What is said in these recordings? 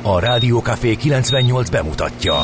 A Rádió Café 98 bemutatja.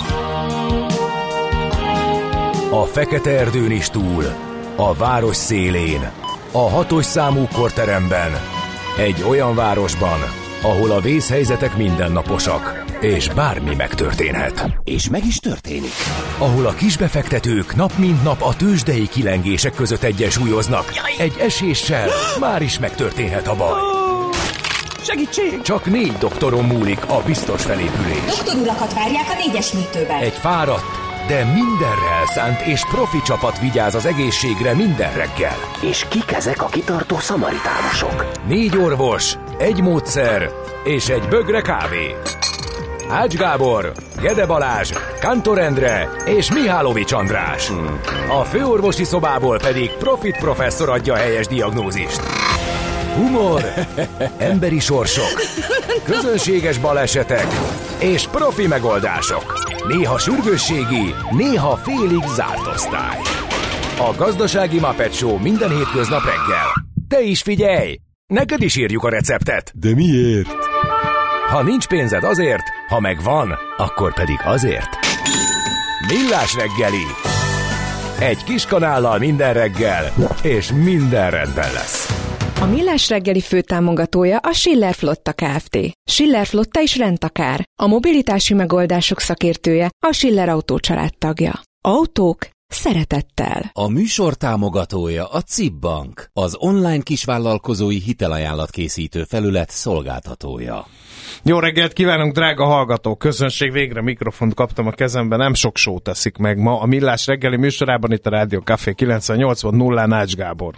A fekete erdőn is túl, a város szélén, a 6-os számú korteremben, egy olyan városban, ahol a vészhelyzetek mindennaposak, és bármi megtörténhet. És meg is történik. Ahol a kisbefektetők nap mint nap a tőzsdei kilengések között egyensúlyoznak. Egy eséssel már is megtörténhet a baj. Segítség! Csak 4 doktoron múlik a biztos felépülés. Doktor urakat várják a 4-es műtőben. Egy fáradt, de mindenre elszánt és profi csapat vigyáz az egészségre minden reggel. És kik ezek a kitartó szamaritánusok? 4 orvos, egy módszer és egy bögre kávé. Ács Gábor, Gede Balázs, Kántor Endre és Mihálovics András. A főorvosi szobából pedig Profit professzor adja a helyes diagnózist. Humor, emberi sorsok, közönséges balesetek és profi megoldások. Néha sürgősségi, néha félig zárt osztály. A Gazdasági Muppet Show minden hétköznap reggel. Te is figyelj! Neked is írjuk a receptet. De miért? Ha nincs pénzed azért, ha megvan, akkor pedig azért. Millás reggeli. Egy kis kanállal minden reggel, és minden rendben lesz. A Millás reggeli főtámogatója a Schiller Flotta Kft. Schiller Flotta is rendtakár. A mobilitási megoldások szakértője, a Schiller Autó család tagja. Autók szeretettel. A műsor támogatója a CIP Bank, az online kisvállalkozói hitelajánlatkészítő felület szolgáltatója. Jó reggelt kívánunk, drága hallgatók! Közönség, végre mikrofont kaptam a kezembe, nem sok show teszik meg ma. A Millás reggeli műsorában itt a Rádió Café 98.0-án Ács Gábor.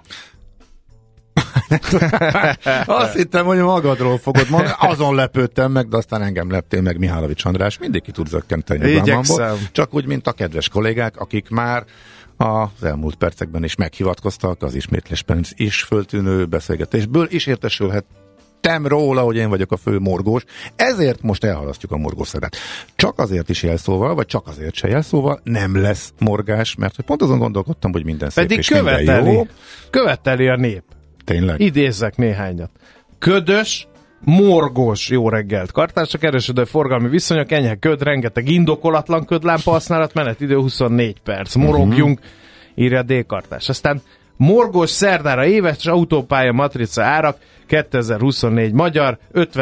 Azt hittem, hogy magadról fogod mondani, azon lepődtem meg, de aztán engem leptél meg, Mihálovics András, mindig ki tud zökkenteni nyugalmamból. Csak úgy, mint a kedves kollégák, akik már az elmúlt percekben is meghivatkoztak, az ismétlésben is föltűnő beszélgetésből is értesülhettem róla, hogy én vagyok a fő morgós, ezért most elhalasztjuk a morgószeret. Csak azért is jelszóval, vagy csak azért se jelszóval nem lesz morgás, mert hogy pont azon gondolkodtam, hogy minden szép pedig és minden jó. követeli a nép. Tényleg? Idézzek néhányat. Ködös, morgós jó reggelt. Kartársak, erősödő forgalmi viszonyok, enyhe köd, rengeteg indokolatlan ködlámpa használat, menetidő 24 perc. Morogjunk, írja D-kartás. Aztán morgós szerdára éves autópálya matrica árak 2024 magyar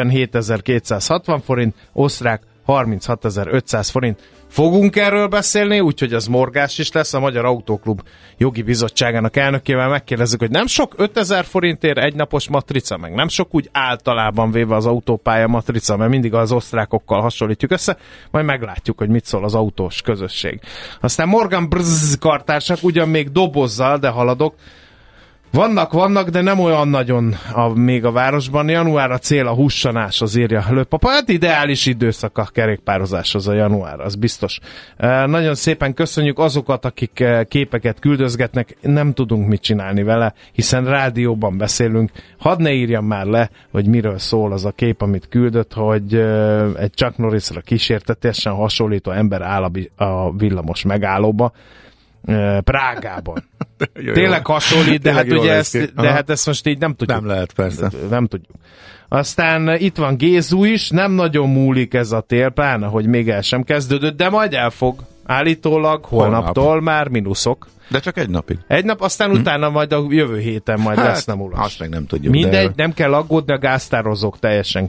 57.260 forint, osztrák 36.500 forint. Fogunk erről beszélni, úgyhogy az morgás is lesz. A Magyar Autóklub jogi bizottságának elnökével megkérdezzük, hogy nem sok 5000 forintért egynapos matrica, meg nem sok úgy általában véve az autópálya matrica, mert mindig az osztrákokkal hasonlítjuk össze, majd meglátjuk, hogy mit szól az autós közösség. Aztán Morgan Brz kartársak, ugyan még dobozzal, de haladok. Vannak, de nem olyan nagyon még a városban. Január a cél, a hússanás, az írja Lőpapa. Hát ideális időszak a kerékpározáshoz a január, az biztos. Nagyon szépen köszönjük azokat, akik képeket küldözgetnek. Nem tudunk mit csinálni vele, hiszen rádióban beszélünk. Hadd ne írjam már le, hogy miről szól az a kép, amit küldött, hogy egy Chuck Norrisra kísértetésen hasonlító ember áll a villamos megállóba. Prágában. Tényleg hasonlít, de hát ugye ezt most így nem tudjuk. Nem lehet, persze. Nem tudjuk. Aztán itt van Gézu is, nem nagyon múlik ez a tél, pláne, hogy még el sem kezdődött, de majd elfog. Állítólag holnaptól már mínuszok. De csak egy napig. Egy nap, aztán utána majd a jövő héten majd lesz nem ulas. Azt meg nem tudjuk. Mindegy, nem kell aggódni, a gáztározók teljesen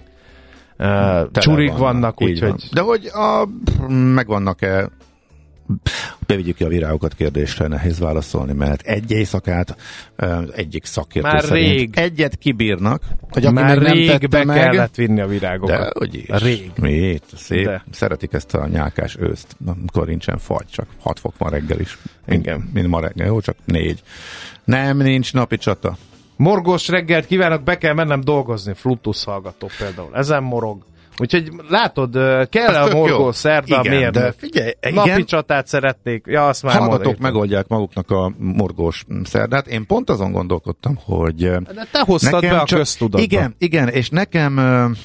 csurig vannak, úgyhogy... De hogy megvannak-e, bevigyük ki a virágokat kérdésre, nehéz válaszolni, mert egy éjszakát egyik szakértő már szerint rég. Egyet kibírnak, hogy aki már még rég nem tette be meg, kellett vinni a virágokat. de hogy is. Rég. Miért? Szép. De. Szeretik ezt a nyálkás őszt, amikor nincsen fagy, csak 6 fok van reggel is. Igen. Mint ma reggel, jó, csak 4. Nem, nincs napi csata. Morgós reggelt kívánok, be kell mennem dolgozni, Flutus hallgató például. Ezen morog. Úgyhogy látod, kell a morgós szerda, miért? De figyelj, napi csatát szeretnék. Ja, azt már hallgatók megoldják maguknak a morgós szerdát. Én pont azon gondolkodtam, hogy de te hoztad be a köztudatba. Igen, és nekem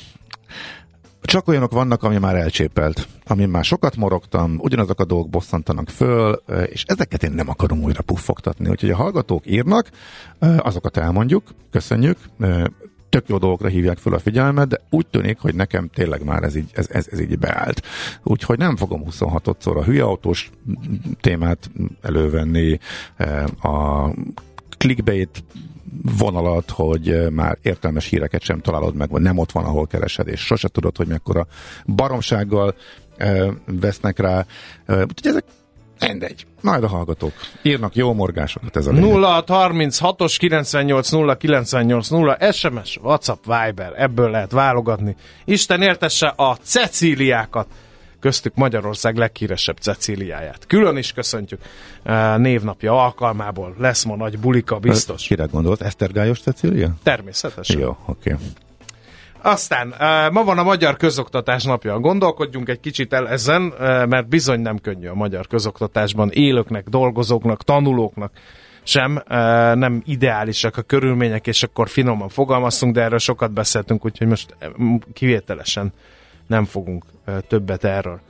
csak olyanok vannak, ami már elcsépelt, amin már sokat morogtam, ugyanazok a dolgok bosszantanak föl, és ezeket én nem akarom újra puffogtatni. Úgyhogy a hallgatók írnak, azokat elmondjuk, köszönjük, tök jó dolgokra hívják fel a figyelmet, de úgy tűnik, hogy nekem tényleg már ez így beállt. Úgyhogy nem fogom 26-szor a hülye autós témát elővenni, a clickbait vonalat, hogy már értelmes híreket sem találod meg, vagy nem ott van, ahol keresed, és sose tudod, hogy mekkora baromsággal vesznek rá. Úgyhogy ezek mindegy. Majd a hallgatók írnak jó morgásokat, ez a 0636-os 980980 SMS, WhatsApp, Viber, ebből lehet válogatni. Isten értesse a Cecíliákat, köztük Magyarország leghíresebb Cecíliáját. Külön is köszöntjük névnapja alkalmából. Lesz ma nagy bulika, biztos. Kire gondolt? Esztergályos Cecília? Természetesen. Jó, oké. Aztán ma van a Magyar Közoktatás napja. Gondolkodjunk egy kicsit el ezen, mert bizony nem könnyű a magyar közoktatásban élőknek, dolgozóknak, tanulóknak sem. Nem ideálisak a körülmények, és akkor finoman fogalmaztunk, de erről sokat beszéltünk, úgyhogy most kivételesen nem fogunk többet erről.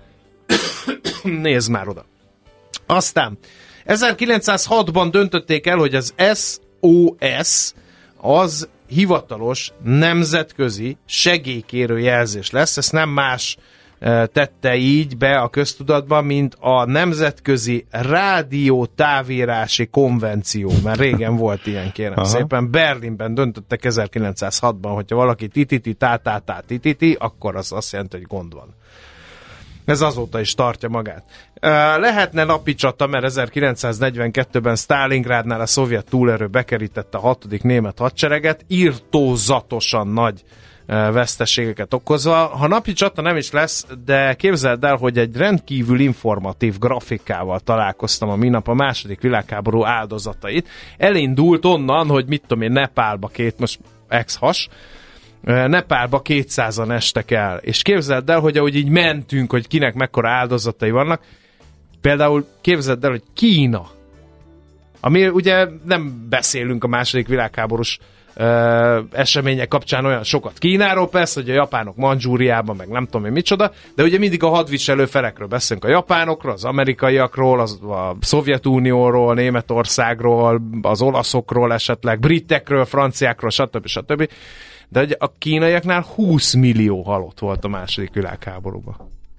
Nézd már oda. Aztán 1906-ban döntötték el, hogy az SOS az hivatalos nemzetközi segélykérő jelzés lesz. Ezt nem más tette így be a köztudatban, mint a Nemzetközi Rádiótávírási Konvenció. Mert régen volt ilyen, kérem szépen. Berlinben döntöttek 1906-ban, hogyha valaki tititi, tátátá, tititi, akkor az azt jelenti, hogy gond van. Ez azóta is tartja magát. Lehetne napi csata, mert 1942-ben Sztálingrádnál a szovjet túlerő bekerítette a 6. német hadsereget, irtózatosan nagy veszteségeket okozva. Ha napi csata nem is lesz, de képzeld el, hogy egy rendkívül informatív grafikával találkoztam a minap a II. Világháború áldozatait. Elindult onnan, hogy mit tudom én, Nepálba most ex-has, Nepálba 200-an estek el. És képzeld el, hogy ahogy így mentünk, hogy kinek mekkora áldozatai vannak, például képzeld el, hogy Kína, ami ugye nem beszélünk a II. Világháborús események kapcsán olyan sokat Kínáról, persze, hogy a japánok Mandzsúriában, meg nem tudom én micsoda, de ugye mindig a hadviselő felekről beszélünk, a japánokról, az amerikaiakról, a Szovjetunióról, Németországról, az olaszokról esetleg, britekről, franciákról, stb. De a kínaiaknál 20 millió halott volt a II. Világháborúban.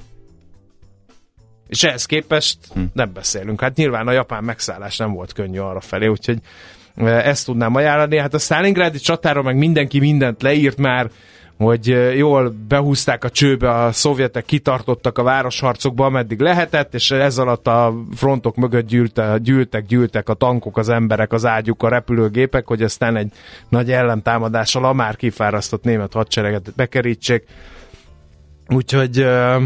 És ehhez képest nem beszélünk. Hát nyilván a japán megszállás nem volt könnyű arrafelé, úgyhogy ezt tudnám ajánlani. Hát a Sztálingrádi csatára meg mindenki mindent leírt már, hogy jól behúzták a csőbe, a szovjetek kitartottak a városharcokba, ameddig lehetett, és ez alatt a frontok mögött gyűltek a tankok, az emberek, az ágyuk, a repülőgépek, hogy aztán egy nagy ellentámadással a már kifárasztott német hadsereget bekerítsék. Úgyhogy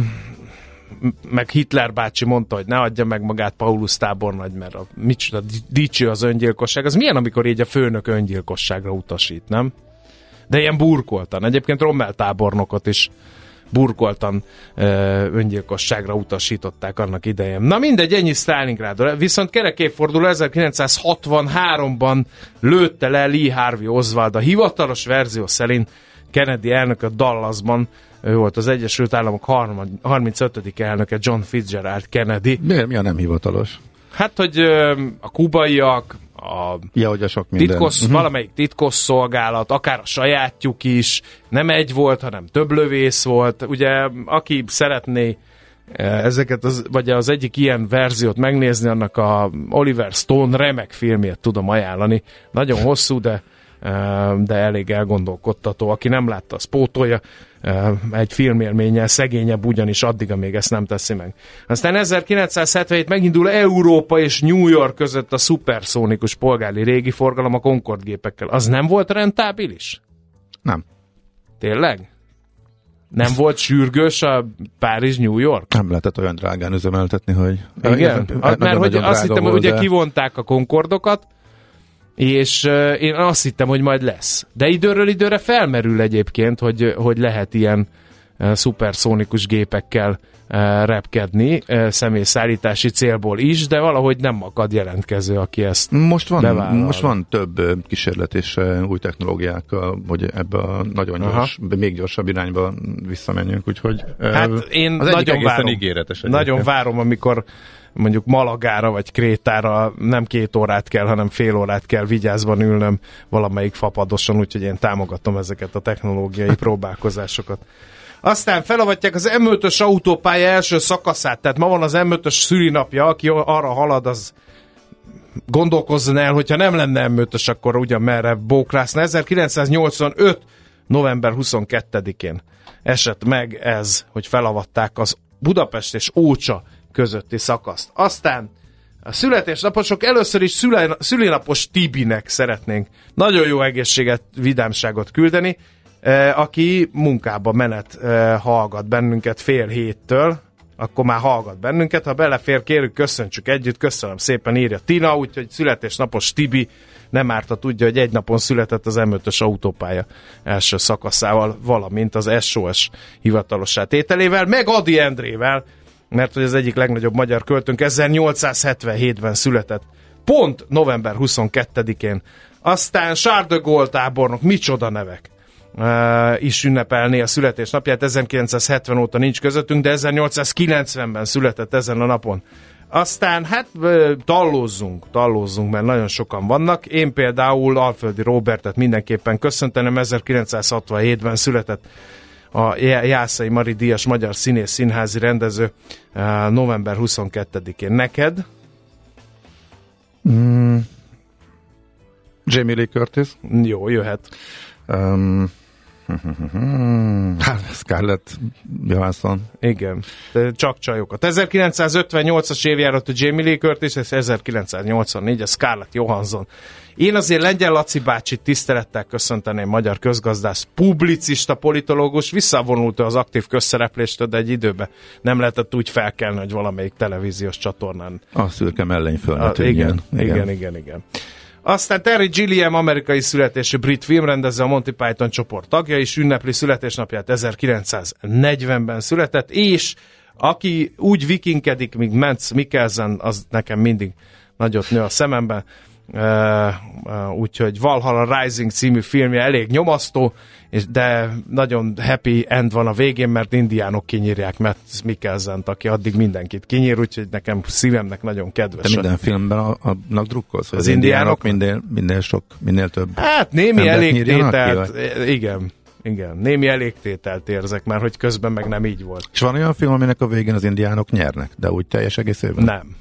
meg Hitler bácsi mondta, hogy ne adja meg magát Paulus tábornagy, mert micsoda dicső az öngyilkosság. Az milyen, amikor így a főnök öngyilkosságra utasít, nem? De ilyen burkoltan. Egyébként Rommel tábornokot is burkoltan öngyilkosságra utasították annak idején. Na mindegy, ennyi Sztálingrádról. Viszont kerek évforduló 1963-ban lőtte le Lee Harvey Oswald. A hivatalos verzió szerint Kennedy elnököt Dallasban, ő volt az Egyesült Államok 35. elnöke, John Fitzgerald Kennedy. Mi a nem hivatalos? Hát, hogy a kubaiak, hogy a sok minden. Valamelyik titkosszolgálat, akár a sajátjuk is, nem egy volt, hanem több lövész volt. Ugye, aki szeretné ezeket, vagy az egyik ilyen verziót megnézni, annak a Oliver Stone remek filmjét tudom ajánlani. Nagyon hosszú, de elég elgondolkodtató. Aki nem látta, az pótolja. Egy filmélménnyel szegényebb ugyanis addig, amíg ezt nem teszi meg. Aztán 1977 megindul Európa és New York között a szuperszónikus polgári régiforgalom a Concorde gépekkel. Az nem volt rentábilis? Nem. Tényleg? Nem volt sürgős a Párizs-New York? Nem lehetett olyan drágán üzemeltetni, hogy... Igen? Mert hogy azt hittem, hogy ugye kivonták a Concordokat, és én azt hittem, hogy majd lesz. De időről időre felmerül egyébként, hogy lehet ilyen szuperszónikus gépekkel repkedni személyszállítási célból is, de valahogy nem akad jelentkező, aki ezt most van több kísérlet és új technológiák, hogy ebbe a nagyon gyors, még gyorsabb irányba visszamenjünk, úgyhogy hát én az nagyon várom, ígéretes. Nagyon várom, amikor mondjuk Malagára vagy Krétára nem 2 órát kell, hanem fél órát kell vigyázban ülnöm valamelyik fapadoson, úgyhogy én támogatom ezeket a technológiai próbálkozásokat. Aztán felavatják az M5-ös autópálya első szakaszát, tehát ma van az M5-ös szülinapja, aki arra halad, az gondolkozzon el, hogyha nem lenne M5-ös, akkor ugyan merre bókrászna. 1985. november 22-én esett meg ez, hogy felavatták az Budapest és Ócsa közötti szakaszt. Aztán a születésnaposok először is szülinapos Tibinek szeretnénk nagyon jó egészséget, vidámságot küldeni, aki munkába menet hallgat bennünket 6:30-től, akkor már hallgat bennünket, ha belefér, kérjük, köszöntsük együtt, köszönöm szépen, írja Tina, úgyhogy születésnapos Tibi nem árt, ha tudja, hogy egy napon született az M5-ös autópálya első szakaszával, valamint az SOS hivatalos tételével, meg Ady Endrével, mert hogy az egyik legnagyobb magyar költőnk 1877-ben született, pont november 22-én. Aztán Charles de Gaulle tábornok, micsoda nevek, is ünnepelné a születésnapját, 1970 óta nincs közöttünk, de 1890-ben született ezen a napon. Aztán hát tallózzunk, mert nagyon sokan vannak. Én például Alföldi Róbertet mindenképpen köszöntenem, 1967-ben született a Jászai Mari díjas magyar színész, színházi rendező, november 22-én. Neked? Jamie Lee Curtis. Jó, jöhet. Scarlett Johansson. Igen, csak csajokat. 1958-as évjáratú Jamie Lee Curtis, és 1984 a Scarlett Johansson. Én azért Lengyel Laci bácsit tisztelettel köszönteném, magyar közgazdász, publicista, politológus, visszavonult az aktív közszerepléstől, de egy időben nem lehetett úgy felkelni, hogy valamelyik televíziós csatornán. A szürke mellény fölött. Igen. Aztán Terry Gilliam, amerikai születésű brit filmrendező, a Monty Python csoport tagja, és ünnepli születésnapját, 1940-ben született, és aki úgy vikinkedik, míg Mads Mikkelsen, az nekem mindig nagyot nő a szememben, úgyhogy Valhalla Rising című filmje elég nyomasztó, de nagyon happy end van a végén, mert indiánok kinyírják Mads Mikkelsent, aki addig mindenkit kinyír, úgyhogy nekem szívemnek nagyon kedves. De minden filmben annak drukkolsz, hogy az indiánok minél több. Hát némi elégtételt, igen, némi elégtételt érzek már, hogy közben meg nem így volt. És van olyan film, aminek a végén az indiánok nyernek, de úgy teljes egészében? Nem.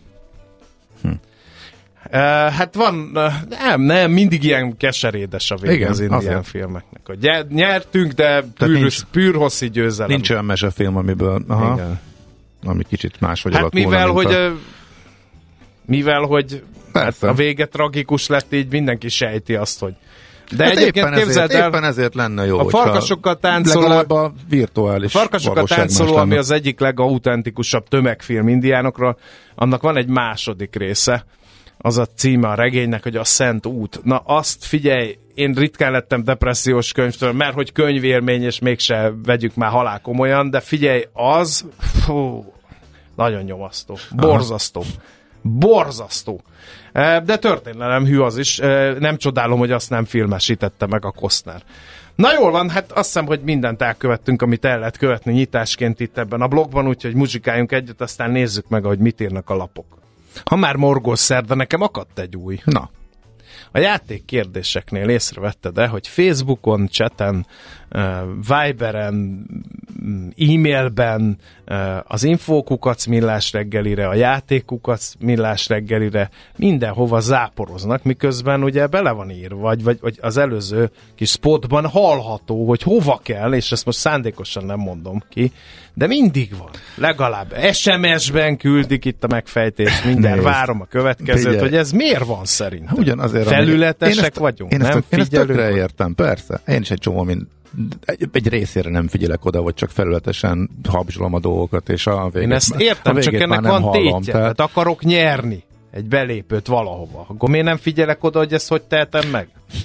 Hát van, nem, mindig ilyen keserédes a vége az indián filmeknek. Hogy nyertünk, de pűrhosszi győzelem. Nincs olyan mesefilm, amiből ami kicsit máshogy alakul. Mivel, hogy hát a vége tragikus lett, így mindenki sejti azt, hogy... De hát egyébként képzeld el, éppen ezért lenne jó, a farkasokkal táncoló, legalább a virtuális farkasokkal táncoló, ami az egyik legautentikusabb tömegfilm indiánokról, annak van egy második része, az a címe a regénynek, hogy a Szent út. Na azt figyelj, én ritkán lettem depressziós könyvtől, mert hogy könyvélmény, és mégse vegyük már halál komolyan, de figyelj, az nagyon nyomasztó. Borzasztó. De történelemhű az is. Nem csodálom, hogy azt nem filmesítette meg a Costner. Na jól van, hát azt hiszem, hogy mindent elkövettünk, amit el lehet követni nyitásként itt ebben a blogban, úgyhogy muzsikáljunk együtt, aztán nézzük meg, hogy mit írnak a lapok. Ha már morgós szerda, nekem akadt egy új. Na. A játék kérdéseknél észrevetted-e, hogy Facebookon, chaten, Viberen, e-mailben, az infókukac millás reggelire, a játékkukac millás reggelire mindenhova záporoznak, miközben ugye bele van írva, vagy az előző kis spotban hallható, hogy hova kell, és ezt most szándékosan nem mondom ki, de mindig van. Legalább SMS-ben küldik itt a megfejtést, mindjárt várom a következőt, hogy ez miért van szerintem. Ugyanazért, felületesek vagyunk, én nem figyelünk. Én ezt tökre értem, persze. Én is egy csomó, egy részére nem figyelek oda, vagy csak felületesen habzsolom a dolgokat, és a végét. Én ezt értem, csak ennek van tétje. Tehát akarok nyerni egy belépőt valahova. Akkor miért nem figyelek oda, hogy ezt hogy tehetem meg?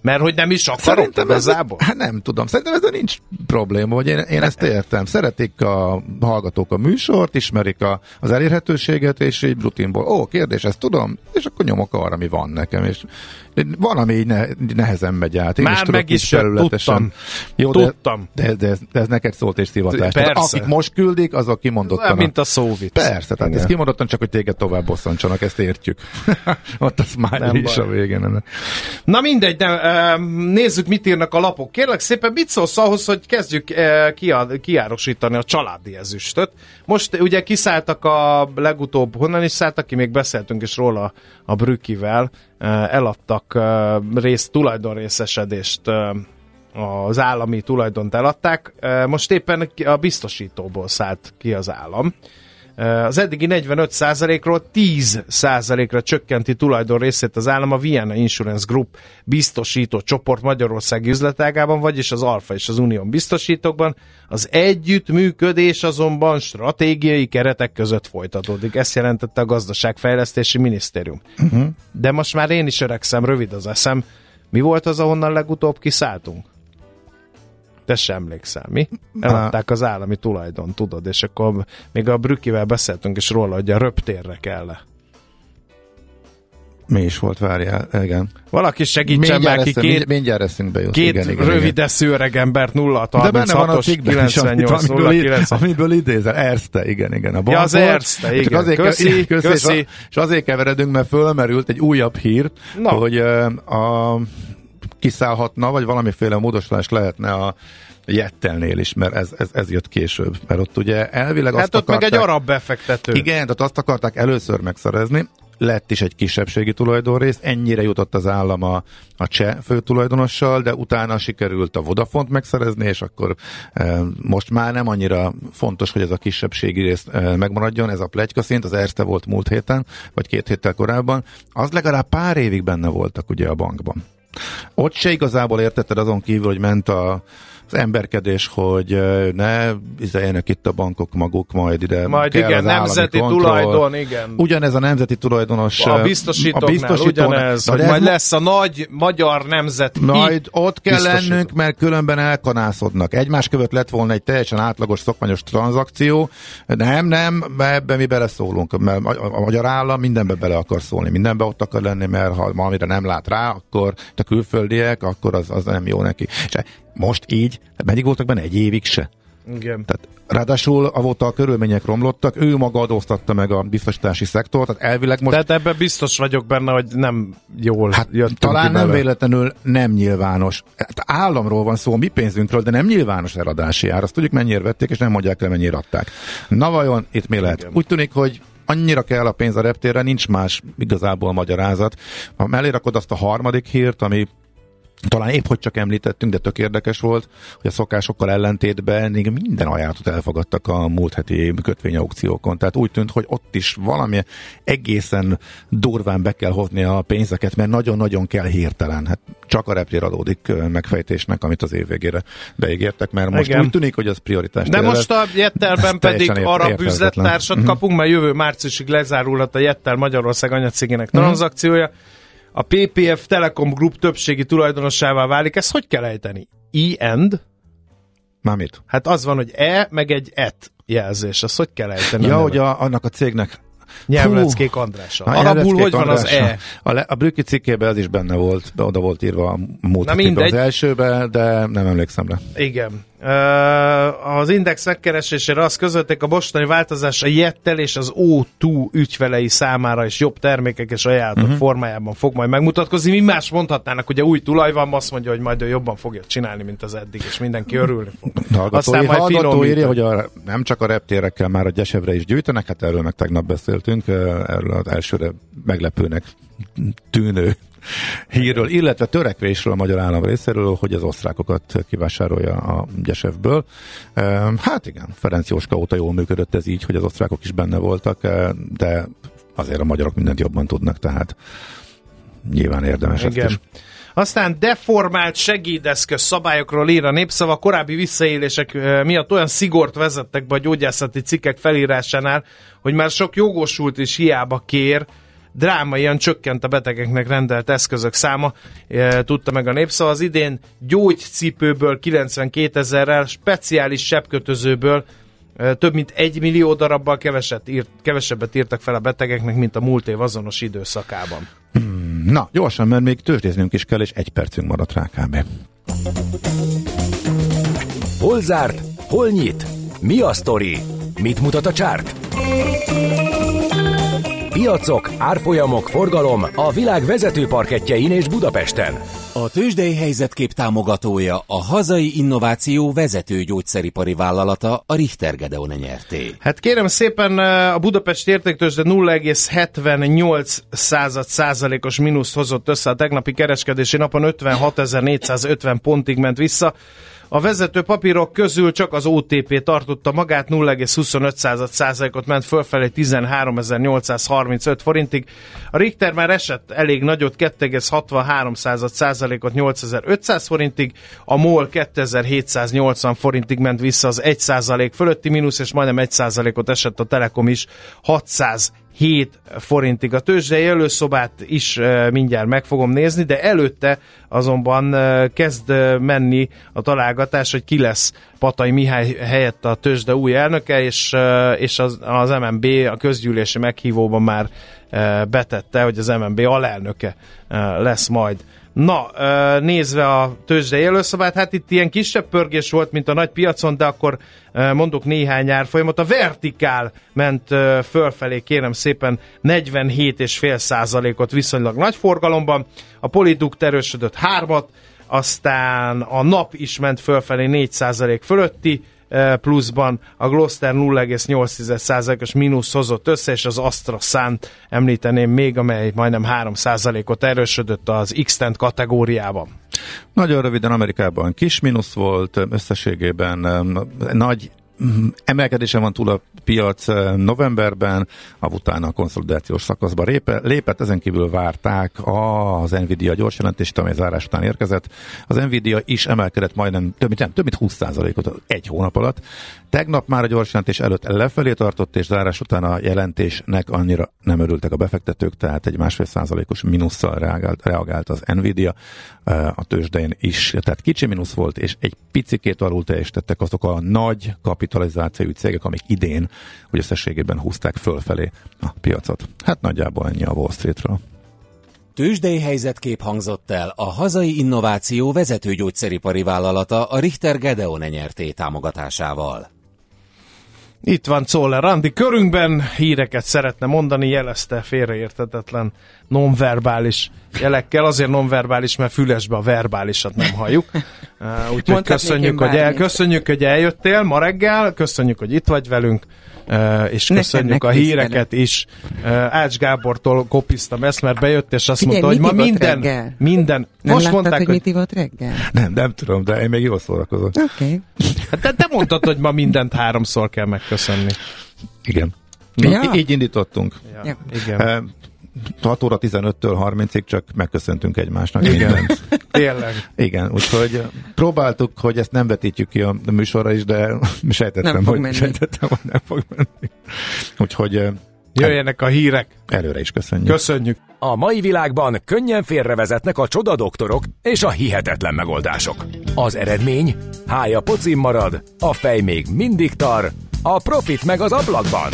Mert hogy nem is akarok igazából? Hát nem tudom. Szerintem ezzel nincs probléma, hogy én ezt értem. Szeretik a hallgatók a műsort, ismerik az elérhetőséget, és így rutinból, kérdés, ezt tudom, és akkor nyomok arra, ami van nekem, és van, ami így nehezen megy át. Én már meg is tudtam. Jó, tudtam. De ez neked szólt és szivatás. Akik most küldik, azok kimondottan. Mint a szóvic. Persze, tehát ez kimondottan csak, hogy téged tovább bosszantsanak, ezt értjük. Ott a smiley is a végén. Na mindegy, nézzük, mit írnak a lapok. Kérlek szépen, mit szólsz ahhoz, hogy kezdjük kiárosítani a családi ezüstöt? Most ugye kiszálltak a legutóbb, honnan is szálltak ki, még beszéltünk is róla a Brückivel, eladtak tulajdonrészesedést, az állami tulajdont eladták, most éppen a biztosítóból szállt ki az állam. Az eddigi 45%-ról 10%-ra csökkenti tulajdonrészét az állam a Vienna Insurance Group biztosító csoport magyarországi üzletágában, vagyis az Alfa és az Unión biztosítókban. Az együttműködés azonban stratégiai keretek között folytatódik. Ezt jelentette a Gazdaságfejlesztési Minisztérium. De most már én is öregszem, rövid az eszem. Mi volt az, ahonnan legutóbb kiszálltunk? Te sem emlékszel, mi? Eladták az állami tulajdon, tudod, és akkor még a Brückivel beszéltünk is róla, hogy a röptérre kell. Mi is volt, várjál, igen. Valaki segítsen már ki mindjárt eszünkbe jut. Két rövid eszű öreg embert 0-36-os 98-0-9. Amiből idézel, Erste, igen. A ja, az Erste, igen. Köszi. És azért keveredünk, mert fölmerült egy újabb hír, hogy kiszállhatna, vagy valamiféle módosulás lehetne a Jettelnél is, mert ez jött később. Mert ott ugye elvileg hát azt ott akarták, meg egy arab befektető. Igen, tehát azt akarták először megszerezni, lett is egy kisebbségi tulajdonrész, ennyire jutott az állam a cseh főtulajdonossal, de utána sikerült a Vodafont megszerezni, és akkor most már nem annyira fontos, hogy ez a kisebbségi rész megmaradjon, ez a pletyka szint, az Erste volt múlt héten, vagy 2 héttel korábban, az legalább pár évig benne voltak ugye a bankban. Ott se igazából értetted azon kívül, hogy ment az emberkedés, hogy ne izeljenek itt a bankok maguk, majd ide majd kell igen, az nemzeti tulajdon, igen. Ugyanez a nemzeti tulajdonos. A biztosítóknál ugyanez, hogy majd lesz a nagy magyar nemzeti. Majd ott kell lennünk, mert különben elkanászodnak. Egymás között lett volna egy teljesen átlagos, szokványos tranzakció. Nem, ebben mi beleszólunk, mert a magyar állam mindenbe bele akar szólni, mindenbe ott akar lenni, mert ha valamire nem lát rá, akkor a külföldiek, akkor az nem jó neki. És most így, meddig voltak benne? 1 évig se. Igen. Tehát ráadásul avóta a körülmények romlottak, ő maga adóztatta meg a biztosítási szektort, tehát elvileg most... Tehát ebben biztos vagyok benne, hogy nem jól jöttünk talán nem véletlenül nem nyilvános. Hát államról van szó, mi pénzünkről, de nem nyilvános eladási ár. Azt tudjuk, mennyire vették, és nem mondják el, mennyire adták. Na vajon, itt mi lehet? Igen. Úgy tűnik, hogy annyira kell a pénz a reptérre, nincs más igazából magyarázat. Ha mellé rakod azt a harmadik hírt, ami talán épp hogy csak említettünk, de tök érdekes volt, hogy a szokásokkal ellentétben minden ajánlatot elfogadtak a múlt heti kötvényaukciókon. Tehát úgy tűnt, hogy ott is valami egészen durván be kell hozni a pénzeket, mert nagyon-nagyon kell hirtelen. Hát csak a reptér adódik megfejtésnek, amit az év végére beígértek, mert most úgy tűnik, hogy az prioritás. De most a Jettelben pedig arab üzlettársat kapunk, mert jövő márciusig lezárulhat a Jettel Magyarország anyacégének tranzakciója. A PPF Telekom Group többségi tulajdonossává válik. Ezt hogy kell ejteni? E-end? Mármit? Hát az van, hogy E, meg egy et jelzés. Azt hogy kell ejteni? Ja, hogy annak a cégnek... Nyelvleckék Andrással. Arabul hogy van az E? A Brücki cikkében ez is benne volt, oda volt írva a múlt az elsőbe, de nem emlékszem rá. Igen. Az Index megkeresésére azt közölték, a mostani változás a Jettel és az O2 ügyfelei számára is jobb termékek és ajánlatok formájában fog majd megmutatkozni. Mi más mondhatnának, ugye új tulaj van, azt mondja, hogy majd ő jobban fogja csinálni, mint az eddig, és mindenki örülni fog. Hallgató írja, hogy nem csak a reptérekkel, már a Gyesevre is gyűjtenek, hát erről meg tegnap beszéltünk, erről az elsőre meglepőnek tűnő hírről, illetve törekvésről a magyar állam részéről, hogy az osztrákokat kivásárolja a Gyesevből. Hát igen, Ferenc Jóska óta jól működött ez így, hogy az osztrákok is benne voltak, de azért a magyarok mindent jobban tudnak, tehát nyilván érdemes ezt is. Aztán deformált segédeszköz szabályokról ír a Népszava. Korábbi visszaélések miatt olyan szigort vezettek be a gyógyászati cikkek felírásánál, hogy már sok jogosult is hiába kér, drámaian csökkent a betegeknek rendelt eszközök száma, tudta meg a Népszava. Az idén gyógycipőből 92 000-rel, speciális sebkötözőből több mint 1 millió darabbal kevesebbet írtak fel a betegeknek, mint a múlt év azonos időszakában. Na, gyorsan, mert még tőzsdéznünk is kell, és 1 percünk maradt rá kb. Hol zárt? Hol nyit? Mi a sztori? Mit mutat a csárt? Piacok, árfolyamok, forgalom a világ vezető parkettjein és Budapesten. A tőzsdei helyzetkép támogatója a hazai innováció vezető gyógyszeripari vállalata, a Richter Gedeon nyerté. Hát kérem szépen, a Budapest értéktőzsde 0,78%-os mínuszt hozott össze a tegnapi kereskedési napon, 56.450 pontig ment vissza. A vezető papírok közül csak az OTP tartotta magát, 0,25%-ot ment fölfelé 13.835 forintig. A Richter már esett elég nagyot, 2,63%-ot 8.500 forintig, a MOL 2.780 forintig ment vissza az 1% fölötti mínusz, és majdnem 1%-ot esett a Telekom is 607 forintig. A tőzsdei előszobát is mindjárt meg fogom nézni, de előtte azonban kezd menni a találgatás, hogy ki lesz Patay Mihály helyett a tőzsde új elnöke, és az MNB a közgyűlési meghívóban már betette, hogy az MNB alelnöke lesz majd. Na, nézve a tőzsdei előszobát, hát itt ilyen kisebb pörgés volt, mint a nagy piacon, de akkor mondok néhány árfolyamot. A Vertikál ment fölfelé, kérem szépen, 47,5%-ot viszonylag nagy forgalomban. A Poliduct erősödött 3-at, aztán a NAP is ment fölfelé 4% fölötti pluszban, a Gloster 0,8%-os mínusz hozott össze, és az AstraZánt említeném még, amely majdnem 3%-ot erősödött az X-Tent kategóriában. Nagyon röviden Amerikában kis mínusz volt, összességében nagy emelkedésen van túl a piac novemberben, utána a konszolidációs szakaszba lépett, ezen kívül várták az Nvidia gyors jelentést, amely zárás után érkezett. Az Nvidia is emelkedett majdnem több mint 20%-ot egy hónap alatt. Tegnap már a gyors jelentés előtt lefelé tartott, és zárás után a jelentésnek annyira nem örültek a befektetők, tehát egy 1,5%-os mínusszal reagált az Nvidia a tőzsdején is. Tehát kicsi mínusz volt, és egy picikét alul teljesítettek azok a nagy kapitalizációi cégek, amik idén, hogy összességében húzták fölfelé a piacot. Hát nagyjából ennyi a Wall Streetről. Tőzsdei helyzetkép hangzott el a hazai innováció vezető gyógyszeripari vállalata, a Richter Gedeon nyerté támogatásával. Itt van Czoller Andi körünkben, híreket szeretne mondani, jelezte félreérthetetlen nonverbális jelekkel, azért nonverbális, mert fülesbe a verbálisat nem halljuk. Úgyhogy köszönjük, hogy eljöttél ma reggel, köszönjük, hogy itt vagy velünk, és köszönjük a híreket is. Ács Gábortól kopiztam ezt, mert bejött, és azt mondta, hogy ma minden. Most mondták, hogy mit ivott reggel? Nem tudom, de én még jól szórakozom. Oké. Hát te mondtad, hogy ma mindent 3-szor kell megköszönni. Igen. Ja. Így indítottunk. Ja. Igen. 6 óra 15-től 30-ig csak megköszöntünk egymásnak. Igen, tényleg. Igen, úgyhogy próbáltuk, hogy ezt nem vetítjük ki a műsorra is, de sejtettem, hogy nem fog menni. Úgyhogy jöjjenek a hírek. Előre is köszönjük. Köszönjük. A mai világban könnyen félrevezetnek a csodadoktorok és a hihetetlen megoldások. Az eredmény? Hája pocim marad, a fej még mindig tar, a profit meg az ablakban.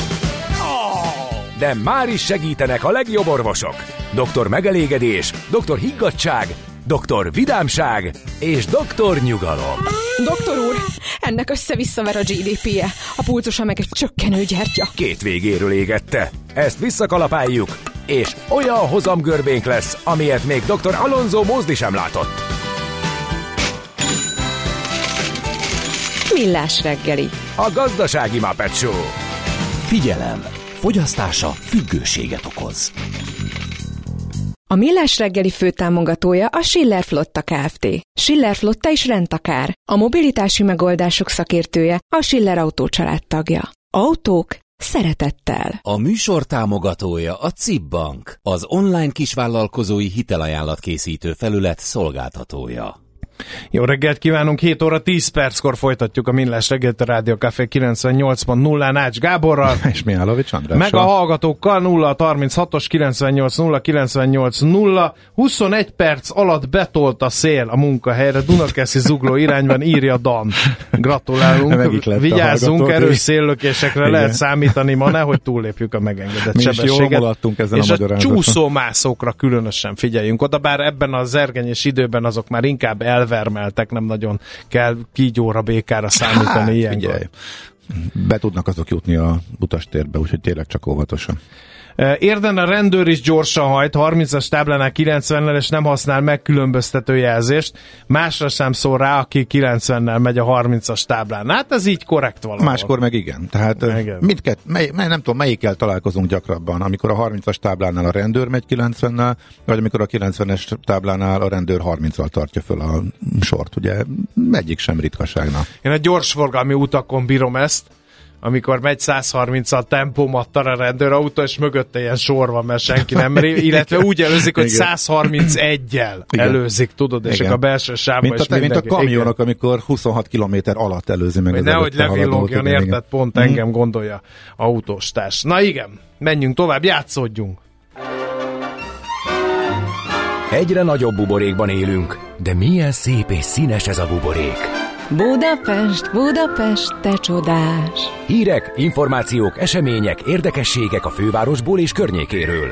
De már is segítenek a legjobb orvosok. Doktor Megelégedés, Doktor Higgadtság, Doktor Vidámság és Doktor Nyugalom. Doktor úr, ennek össze-visszaver a GDP-je, a pulzusa meg egy csökkenő gyertya. Két végéről égette. Ezt visszakalapáljuk, és olyan hozamgörbénk lesz, amilyet még Dr. Alonso Mózdi sem látott. Millás reggeli. A gazdasági Muppet Show. Figyelem! Fogyasztása függőséget okoz. A Millás reggeli főtámogatója a Schiller Flotta Kft. Schiller Flotta és rendtakár. A mobilitási megoldások szakértője, a Schiller Autó családtagja. Autók szeretettel. A műsor támogatója a CIP Bank, az online kisvállalkozói hitelajánlatkészítő felület szolgáltatója. Jó reggelt kívánunk, 7 óra 10 perckor folytatjuk a Millás reggelt a Rádió Café 98.0-án Ács Gáborral. És Mihálovics Andrással. Meg a hallgatókkal 0-36-os 98-0-98-0. 21 perc alatt betolt a szél a munkahelyre, Dunakeszi zugló irányban, írja Dan. Gratulálunk, vigyázzunk, erős széllökésekre lehet számítani ma, nehogy túllépjük a megengedett sebességet. És a csúszómászókra különösen figyeljünk oda, bár ebben az zergenyés időben azok már inkább elvermeltek, nem nagyon kell kígyóra, békára számítani ilyenkor. Be tudnak azok jutni a utastérbe, úgyhogy tényleg csak óvatosan. Érden a rendőr is gyorsan hajt, 30-as táblánál 90-nel, és nem használ megkülönböztető jelzést. Másra sem szól rá, aki 90-nel megy a 30-as táblán. Hát ez így korrekt valahol. Máskor meg igen. Tehát mindkett, nem tudom, melyikkel találkozunk gyakrabban, amikor a 30-as táblánál a rendőr megy 90-nel, vagy amikor a 90-es táblánál a rendőr 30-al tartja föl a sort. Ugye egyik sem ritkaságnak. Én a gyorsforgalmi utakon bírom ezt, amikor megy 130-al tempomattal a rendőrautó, és mögötte ilyen sor van, mert senki nem meri, illetve úgy előzik, hogy 131-jel előzik, tudod, és a belső sávban is mint a kamionok, amikor 26 km alatt előzi meg az nehogy levillogjon, érted, pont engem gondolja autóstárs. Na igen, menjünk tovább, játszódjunk! Egyre nagyobb buborékban élünk, de milyen szép és színes ez a buborék. Budapest, Budapest, te csodás! Hírek, információk, események, érdekességek a fővárosból és környékéről.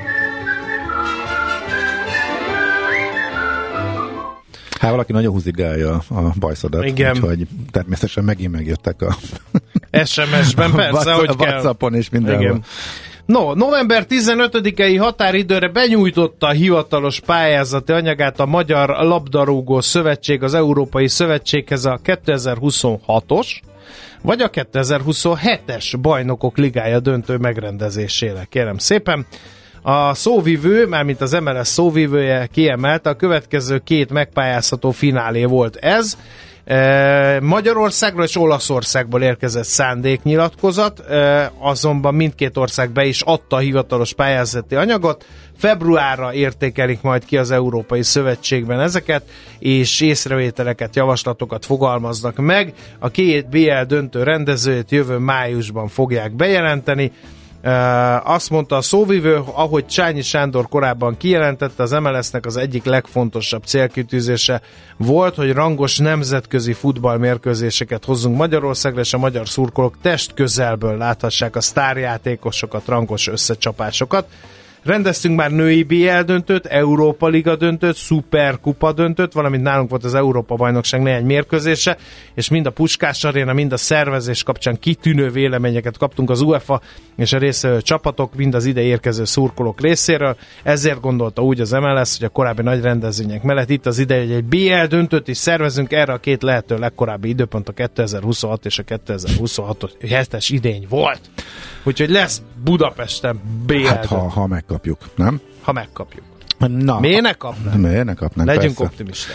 Hát valaki nagyon húzigálja a bajszodat, úgyhogy természetesen megint megjöttek a SMS-ben, persze, hogy kell. WhatsAppon és mindenhol. Igen. No, november 15-i határidőre benyújtotta a hivatalos pályázati anyagát a Magyar Labdarúgó Szövetség az Európai Szövetséghez a 2026-os vagy a 2027-es Bajnokok Ligája döntő megrendezésére. Kérem szépen. A szóvivő, mármint az MLS szóvivője kiemelte, a következő két megpályázható finálé volt ez. Magyarországról és Olaszországból érkezett szándéknyilatkozat, azonban mindkét ország be is adta a hivatalos pályázati anyagot. Februárra értékelik majd ki az Európai Szövetségben ezeket, és észrevételeket, javaslatokat fogalmaznak meg. A két BL döntő rendezőjét jövő májusban fogják bejelenteni. Azt mondta a szóvivő, ahogy Csányi Sándor korábban kijelentette, az MLS-nek az egyik legfontosabb célkitűzése volt, hogy rangos nemzetközi futballmérkőzéseket hozzunk Magyarországra, és a magyar szurkolók testközelből láthassák a sztárjátékosokat, rangos összecsapásokat. Rendeztünk már női BL döntőt, Európa Liga döntőt, Szuperkupa döntőt, valamint nálunk volt az Európa-bajnokság néhány mérkőzése, és mind a Puskás Aréna, mind a szervezés kapcsán kitűnő véleményeket kaptunk az UEFA és a résztvevő csapatok, mind az ide érkező szurkolók részéről. Ezért gondolta úgy az MLS, hogy a korábbi nagy rendezvények mellett itt az ideje, hogy egy BL döntőt is szervezünk, erre a két lehető legkorábbi időpont a 2026 és a 2026-es idény volt. Úgyhogy lesz Budapesten BL. Hát ha megkapjuk, nem? Ha megkapjuk. Na, miért ne kapnánk? Miért ne kapnánk? Legyünk optimisták.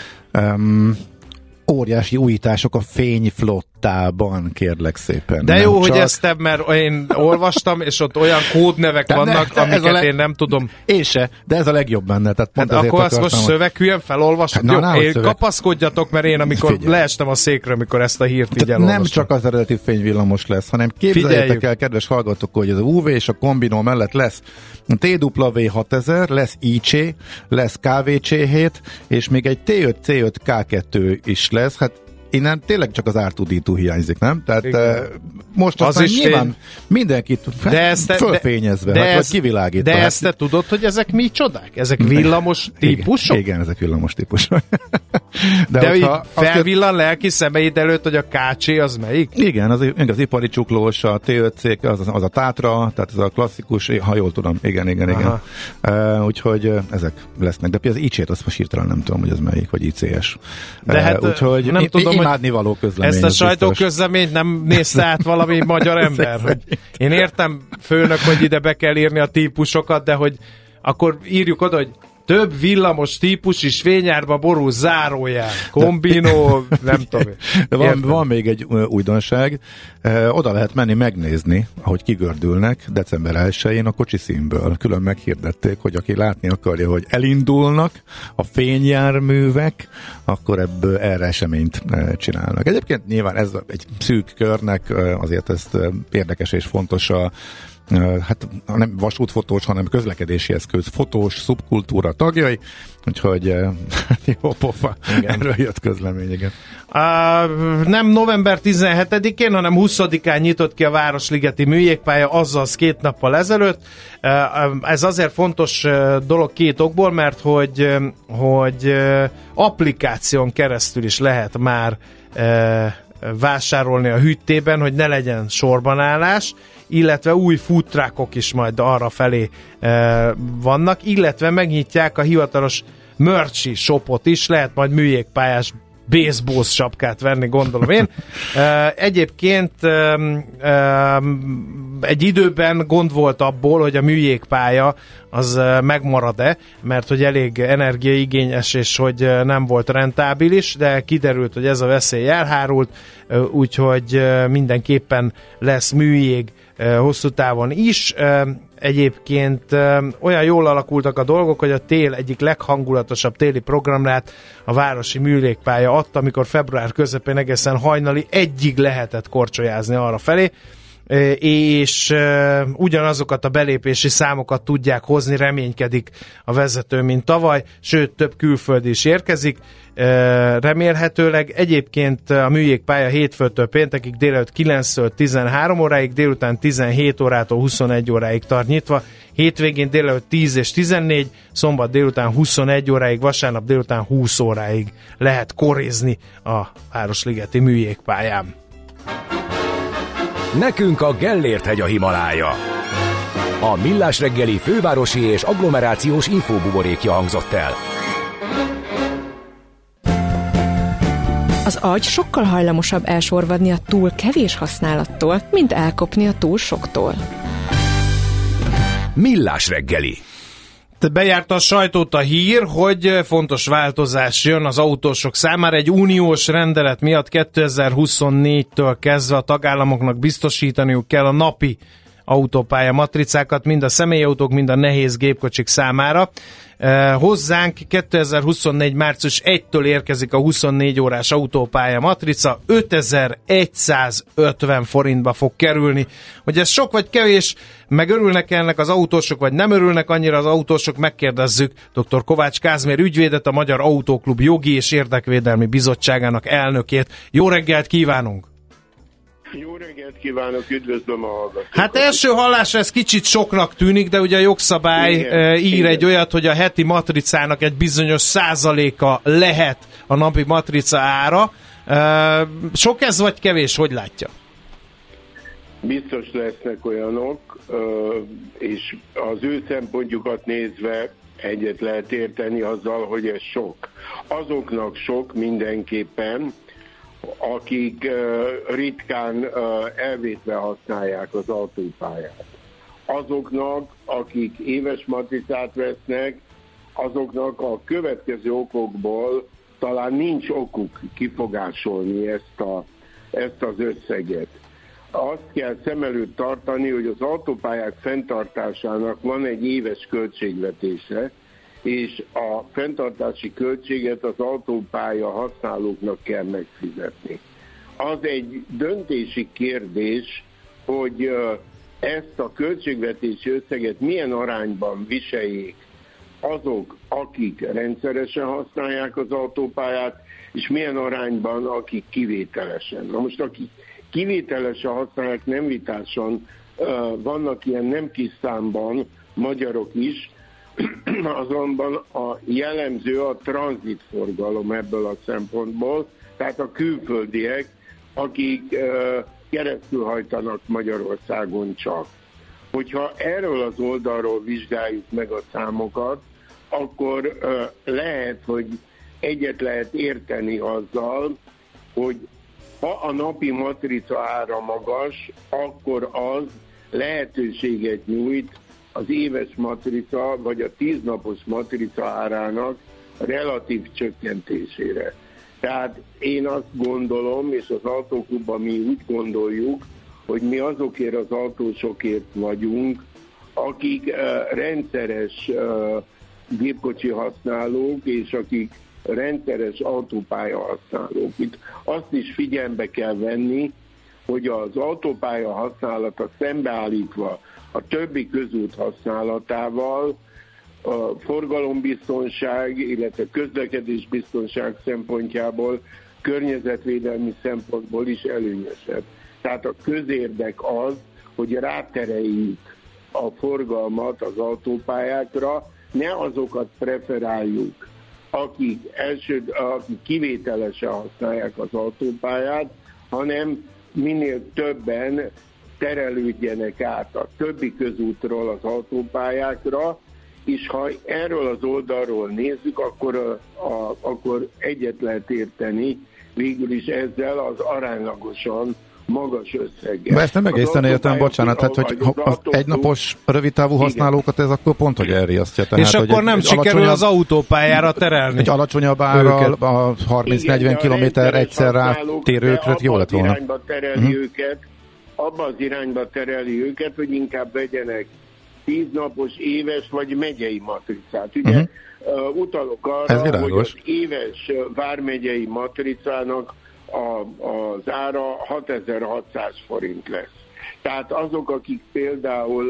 Óriási újítások a fényflottában, kérlek szépen. De jó, hogy ezt mert én olvastam, és ott olyan kódnevek vannak, amiket én nem tudom. Én se, de ez a legjobb benne. Tehát pont akkor azt most szöveghülyen felolvasod? Hát, jó, szöveg. Kapaszkodjatok, mert én amikor leestem a székről, amikor ezt a hírt így elolvastam. Nem csak az eredeti fényvillamos lesz, hanem képzeljétek el, kedves hallgatók, hogy az UV és a kombinó mellett lesz TW6000, lesz IC, lesz KVC7, és még egy T5, C5, K2 is lesz. Hát innen tényleg csak az R2D2 hiányzik, nem? Tehát most aztán az nyilván mindenkit fölfényezve, vagy kivilágítva. De ezt te tudod, hogy ezek mi csodák? Ezek villamos típusok? Igen, ezek villamos típusok. De felvillan lelki szemeid előtt, hogy a KC az melyik? Igen, az ipari csuklós, a T5C, az a Tátra, tehát ez a klasszikus, ha jól tudom, igen. Úgyhogy ezek lesznek. De például az IC-t azt most hirtelen nem tudom, hogy ez melyik, vagy IC-es. De hát úgyhogy nem tudom, imádnivaló közlemény. Ezt a sajtóközleményt nem nézte át valami magyar ember? Hogy én értem, főnök, hogy ide be kell írni a típusokat, de hogy akkor írjuk oda, hogy több villamos típus is fényárba borul, zárójel, kombinó, nem tudom. De van még egy újdonság, oda lehet menni megnézni, ahogy kigördülnek december 1-én a kocsi színből. Külön meghirdették, hogy aki látni akarja, hogy elindulnak a fényjárművek, akkor ebből erre eseményt csinálnak. Egyébként nyilván ez egy szűk körnek, azért ezt érdekes és fontos hát nem vasútfotós, hanem közlekedési eszköz fotós szubkultúra tagjai, úgyhogy jó pofa, erről jött közlemény, igen. Nem november 17-én, hanem 20-án nyitott ki a Városligeti műjégpálya, azaz 2 nappal ezelőtt. Ez azért fontos dolog 2 okból, mert hogy applikáción keresztül is lehet már vásárolni a hűtében, hogy ne legyen sorbanállás, illetve új food truckok is majd arra felé vannak, illetve megnyitják a hivatalos merch shopot is, lehet majd műjégpályás baseball sapkát venni, gondolom én. Egyébként egy időben gond volt abból, hogy a műjégpálya az megmarad-e, mert hogy elég energiaigényes, és hogy nem volt rentábilis, de kiderült, hogy ez a veszély elhárult, úgyhogy mindenképpen lesz műjég hosszú távon is. Egyébként olyan jól alakultak a dolgok, hogy a tél egyik leghangulatosabb téli programját a városi műjégpálya adta, amikor február közepén egészen hajnali 1-ig lehetett korcsolyázni arra felé, és ugyanazokat a belépési számokat tudják hozni, reménykedik a vezető, mint tavaly, sőt több külföldi is érkezik, remélhetőleg. Egyébként a műjégpálya hétfőtől péntekig délelőtt 9-től 13 óráig, délután 17 órától 21 óráig tart nyitva, hétvégén délelőtt 10 és 14, szombat délután 21 óráig, vasárnap délután 20 óráig lehet korizni a Városligeti műjégpályán. Nekünk a Gellért-hegy a Himalája. A Millás reggeli fővárosi és agglomerációs infóbuborékja hangzott el. Az agy sokkal hajlamosabb elsorvadni a túl kevés használattól, mint elkopni a túl soktól. Millás reggeli. Bejárta a sajtót a hír, hogy fontos változás jön az autósok számára. Egy uniós rendelet miatt 2024-től kezdve a tagállamoknak biztosítaniuk kell a napi autópálya matricákat, mind a személyautók, mind a nehéz gépkocsik számára. Hozzánk 2024. március 1-től érkezik a 24 órás autópálya matrica, 5150 forintba fog kerülni. Hogy ez sok vagy kevés, meg örülnek ennek az autósok, vagy nem örülnek annyira az autósok, megkérdezzük dr. Kovács Kázmér ügyvédet, a Magyar Autóklub Jogi és Érdekvédelmi Bizottságának elnökét. Jó reggelt kívánunk! Jó reggelt kívánok, üdvözlöm a hallgatókat. Hát első hallásra ez kicsit soknak tűnik, de ugye a jogszabály ír egy olyat, hogy a heti matricának egy bizonyos százaléka lehet a napi matrica ára. Sok ez vagy kevés, hogy látja? Biztos lesznek olyanok, és az ő szempontjukat nézve egyet lehet érteni azzal, hogy ez sok. Azoknak sok mindenképpen, akik ritkán elvétve használják az autópályát. Azoknak, akik éves matricát vesznek, azoknak a következő okokból talán nincs okuk kifogásolni ezt az összeget. Azt kell szem előtt tartani, hogy az autópályák fenntartásának van egy éves költségvetése, és a fenntartási költséget az autópálya használóknak kell megfizetni. Az egy döntési kérdés, hogy ezt a költségvetési összeget milyen arányban viseljék azok, akik rendszeresen használják az autópályát, és milyen arányban, akik kivételesen. Na most, akik kivételesen használják, nem vitáson, vannak ilyen nem kis számban magyarok is, azonban a jellemző a tranzitforgalom ebből a szempontból, tehát a külföldiek, akik keresztül hajtanak Magyarországon csak. Hogyha erről az oldalról vizsgáljuk meg a számokat, akkor lehet, hogy egyet lehet érteni azzal, hogy ha a napi matrica ára magas, akkor az lehetőséget nyújt az éves matrica, vagy a 10 napos matrica árának relatív csökkentésére. Tehát én azt gondolom, és az Autóklubban mi úgy gondoljuk, hogy mi azokért az autósokért vagyunk, akik rendszeres gépkocsi használók, és akik rendszeres autópálya használók. Itt azt is figyelembe kell venni, hogy az autópálya használata szembeállítva a többi közút használatával a forgalombiztonság, illetve közlekedésbiztonság szempontjából, környezetvédelmi szempontból is előnyösebb. Tehát a közérdek az, hogy rátereljük a forgalmat az autópályákra, ne azokat preferáljuk, akik kivételesen használják az autópályát, hanem minél többen terelődjenek át a többi közútról az autópályákra, és ha erről az oldalról nézzük, akkor egyet lehet érteni végül is ezzel az aránylagosan magas összeggel. De ezt nem egészen értem, bocsánat, tehát hogy az egynapos rövidtávú használókat ez akkor pont, hogy elriasztja. Tehát, és akkor nem sikerül az autópályára terelni. Egy alacsonyabb árral a 30-40 kilométer egyszer rátérőkre jó lett volna. Abba az irányba tereli őket, hogy inkább vegyenek 10 napos, éves vagy megyei matricát. Ugye utalok arra, hogy az éves vármegyei matricának az ára 6600 forint lesz. Tehát azok, akik például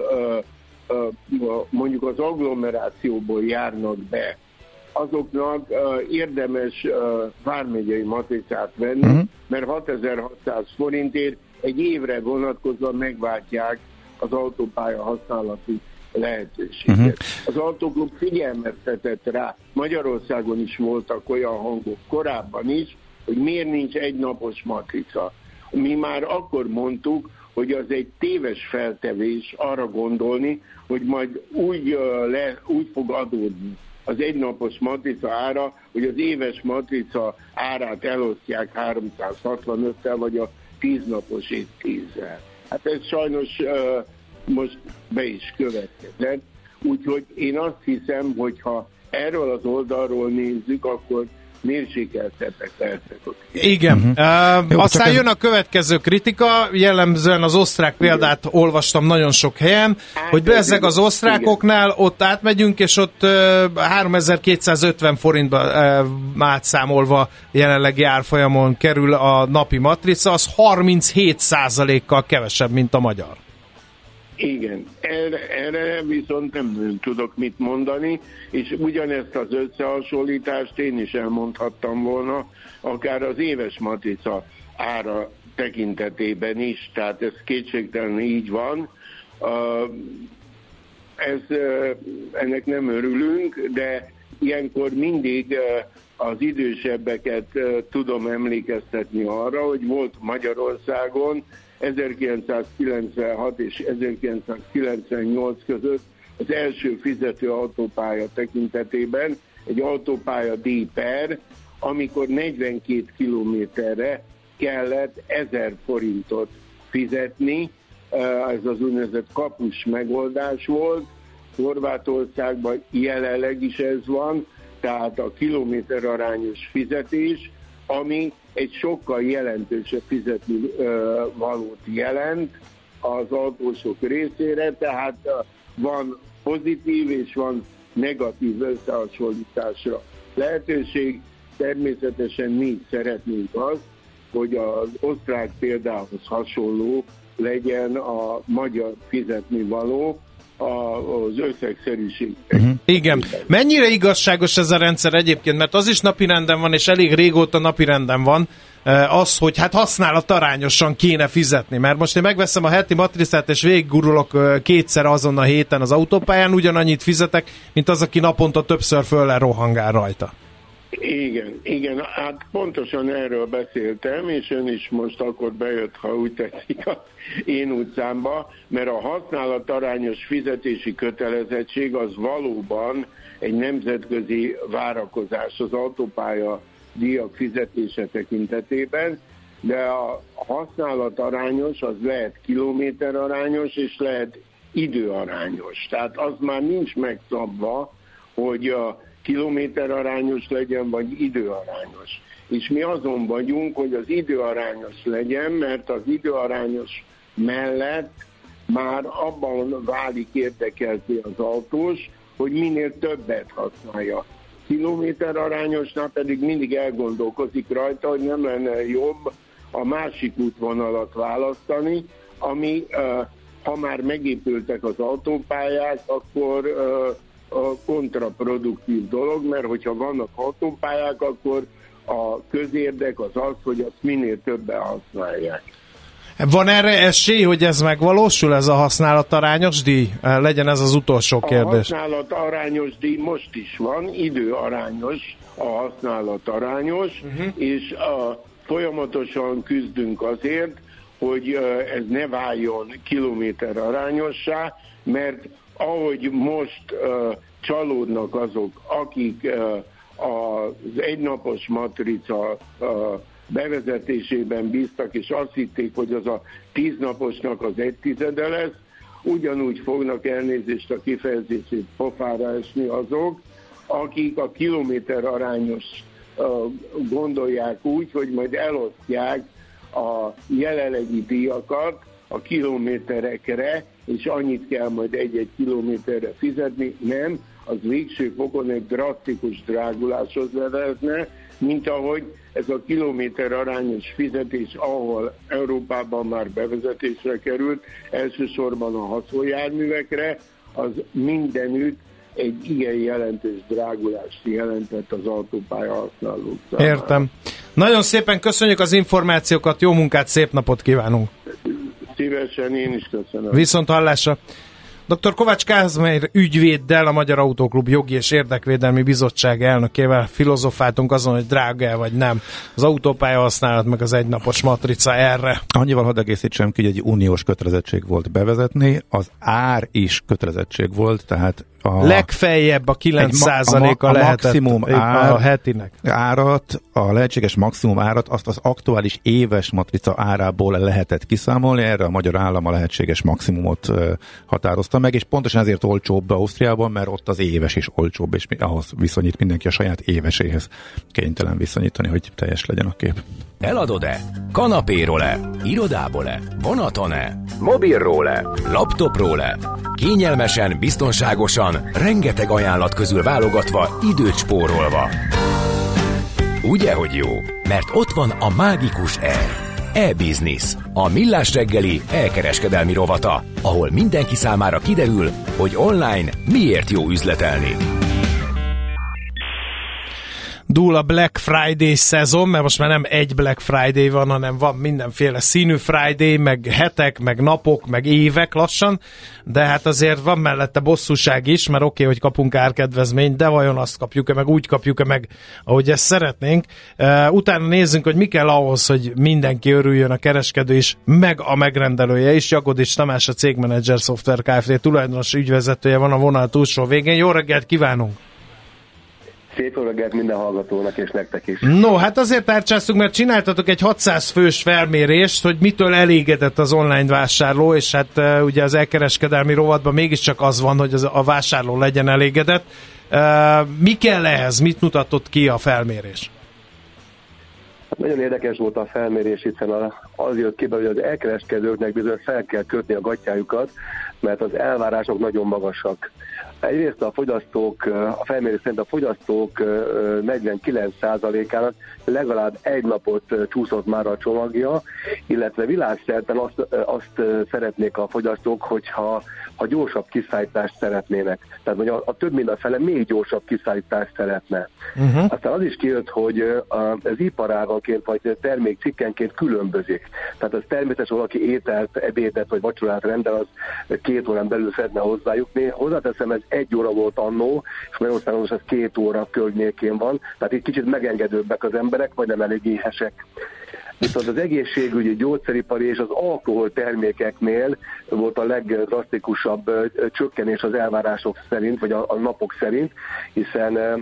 mondjuk az agglomerációból járnak be, azoknak érdemes vármegyei matricát venni, mert 6600 forintért egy évre vonatkozva megváltják az autópálya használati lehetőséget. Az Autóklub figyelmeztetett rá, Magyarországon is voltak olyan hangok korábban is, hogy miért nincs egynapos matrica. Mi már akkor mondtuk, hogy az egy téves feltevés arra gondolni, hogy majd úgy fog adódni az egynapos matrica ára, hogy az éves matrica árát elosztják 365-tel, vagy a 10 napos 10-zel. Hát ez sajnos most be is következett. Úgyhogy én azt hiszem, hogy ha erről az oldalról nézzük, akkor mérsékeltebbek lehetnek ott. Igen. Aztán jön a következő kritika, jellemzően az osztrák példát olvastam nagyon sok helyen, hogy bezzeg az osztrákoknál ott átmegyünk, és ott 3250 forintba átszámolva jelenlegi árfolyamon kerül a napi matrica, az 37%-kal kevesebb, mint a magyar. Igen, erre viszont nem tudok mit mondani, és ugyanezt az összehasonlítást én is elmondhattam volna, akár az éves matrica ára tekintetében is, tehát ez kétségtelenül így van. Ennek nem örülünk, de ilyenkor mindig az idősebbeket tudom emlékeztetni arra, hogy volt Magyarországon 1996 és 1998 között az első fizető autópálya tekintetében egy autópálya díjper, amikor 42 kilométerre kellett 1000 forintot fizetni. Ez az úgynevezett kapus megoldás volt. Horvátországban jelenleg is ez van, tehát a kilométer arányos fizetés, ami egy sokkal jelentősebb fizetni valót jelent az autósok részére, tehát van pozitív és van negatív összehasonlításra lehetőség. Természetesen mi szeretnénk azt, hogy az osztrák példához hasonló legyen a magyar fizetni való, az összegszerűség. Igen. Mennyire igazságos ez a rendszer egyébként, mert az is napirenden van, és elég régóta napirenden van, az, hogy hát használatarányosan kéne fizetni, mert most én megveszem a heti matricát, és végiggurulok kétszer azon a héten az autópályán, ugyanannyit fizetek, mint az, aki naponta többször föl rohangál rajta. Igen, hát pontosan erről beszéltem, és ön is most akkor bejött, ha úgy tetszik, az én utcámba, mert a használatarányos fizetési kötelezettség az valóban egy nemzetközi várakozás az autópálya díjak fizetése tekintetében, de a használatarányos az lehet kilométerarányos, és lehet időarányos. Tehát az már nincs megszabva, hogy a kilométerarányos legyen, vagy időarányos. És mi azon vagyunk, hogy az időarányos legyen, mert az időarányos mellett már abban válik érdekelté az autós, hogy minél többet használja. Kilométerarányosnál pedig mindig elgondolkozik rajta, hogy nem lenne jobb a másik útvonalat választani, ami, ha már megépültek az autópályák, akkor kontraproduktív dolog, mert hogyha vannak autópályák, akkor a közérdek az az, hogy azt minél többen használják. Van erre esély, hogy ez megvalósul, ez a használatarányos díj? Legyen ez az utolsó kérdés. A használatarányos díj most is van, időarányos a használatarányos, és folyamatosan küzdünk azért, hogy ez ne váljon kilométerarányossá, mert ahogy most csalódnak azok, akik az egynapos matrica bevezetésében bíztak, és azt hitték, hogy az a 10 naposnak az 1/10 lesz, ugyanúgy fognak, elnézést a kifejezését, pofára esni azok, akik a kilométer arányos gondolják úgy, hogy majd elosztják a jelenlegi díjakat a kilométerekre, és annyit kell majd egy-egy kilométerre fizetni. Nem, az végső fokon egy drasztikus dráguláshoz vezetne, mint ahogy ez a kilométer arányos fizetés, ahol Európában már bevezetésre került, elsősorban a haszonjárművekre, az mindenütt egy igen jelentős drágulást jelentett az autópálya használók számára. Értem. Nagyon szépen köszönjük az információkat, jó munkát, szép napot kívánunk! Szívesen, én is köszönöm. Viszont hallásra! Dr. Kovács Kázmér ügyvéddel, a Magyar Autóklub Jogi és Érdekvédelmi Bizottság elnökével filozofáltunk azon, hogy drága-e vagy nem az autópálya használat, meg az egynapos matrica erre. Annyival hadd egészítsem ki, hogy egy uniós kötelezettség volt bevezetni, az ár is kötelezettség volt, tehát legfeljebb a 9%-a lehetett maximum a hetinek. Árat, a lehetséges maximum árat azt az aktuális éves matrica árából lehetett kiszámolni, erre a magyar állam a lehetséges maximumot határozta meg, és pontosan ezért olcsóbb Ausztriában, mert ott az éves is olcsóbb, és ahhoz viszonyít mindenki a saját éveséhez. Kénytelen viszonyítani, hogy teljes legyen a kép. Eladod-e? Kanapéról-e? Irodából-e? Vonaton-e? Mobilról-e? Laptopról-e? Kényelmesen, biztonságosan, rengeteg ajánlat közül válogatva, időt spórolva. Ugye, hogy jó? Mert ott van a mágikus e-business, a millás reggeli e-kereskedelmi rovata, ahol mindenki számára kiderül, hogy online miért jó üzletelni. Dúl a Black Friday szezon, mert most már nem egy Black Friday van, hanem van mindenféle színű Friday, meg hetek, meg napok, meg évek lassan, de hát azért van mellette bosszúság is, mert oké, hogy kapunk árkedvezményt, de vajon azt kapjuk-e, meg úgy kapjuk-e meg, ahogy ezt szeretnénk. Utána nézzünk, hogy mi kell ahhoz, hogy mindenki örüljön, a kereskedő is, meg a megrendelője is. Jagodics Tamás, a Cégmenedzser Software Kft. Tulajdonos ügyvezetője van a vonal túlsó végén. Jó reggelt kívánunk! Szép jó reggelt minden hallgatónak és nektek is. No, hát azért tárcsáztuk, mert csináltatok egy 600 fős felmérést, hogy mitől elégedett az online vásárló, és hát ugye az elkereskedelmi rovatban mégiscsak az van, hogy a vásárló legyen elégedett. Mi kell ehhez? Mit mutatott ki a felmérés? Hát nagyon érdekes volt a felmérés, hiszen az jött ki, hogy az elkereskedőknek bizony fel kell kötni a gatyájukat, mert az elvárások nagyon magasak. Egyrészt a fogyasztók, a felmérés szerint a fogyasztók 49%-ának legalább egy napot csúszott már a csomagja, illetve világszerte azt szeretnék a fogyasztók, hogyha gyorsabb kiszállítást szeretnének. Tehát hogy a több mint a fele még gyorsabb kiszállítást szeretne. Aztán az is kijött, hogy az iparáganként vagy termékcikkenként különbözik. Tehát az természetesen valaki ételt, ebédet vagy vacsorát rendel, az 2 órán belül szeretne hozzájutni. Hozzáteszem, ez 1 óra volt annó, és Magyarországon az 2 óra környékén van. Tehát egy kicsit megengedőbbek az emberek, vagy nem elég éhesek. Viszont az egészségügyi, gyógyszeripari és az alkohol termékeknél volt a legdrasztikusabb csökkenés az elvárások szerint, vagy a napok szerint, hiszen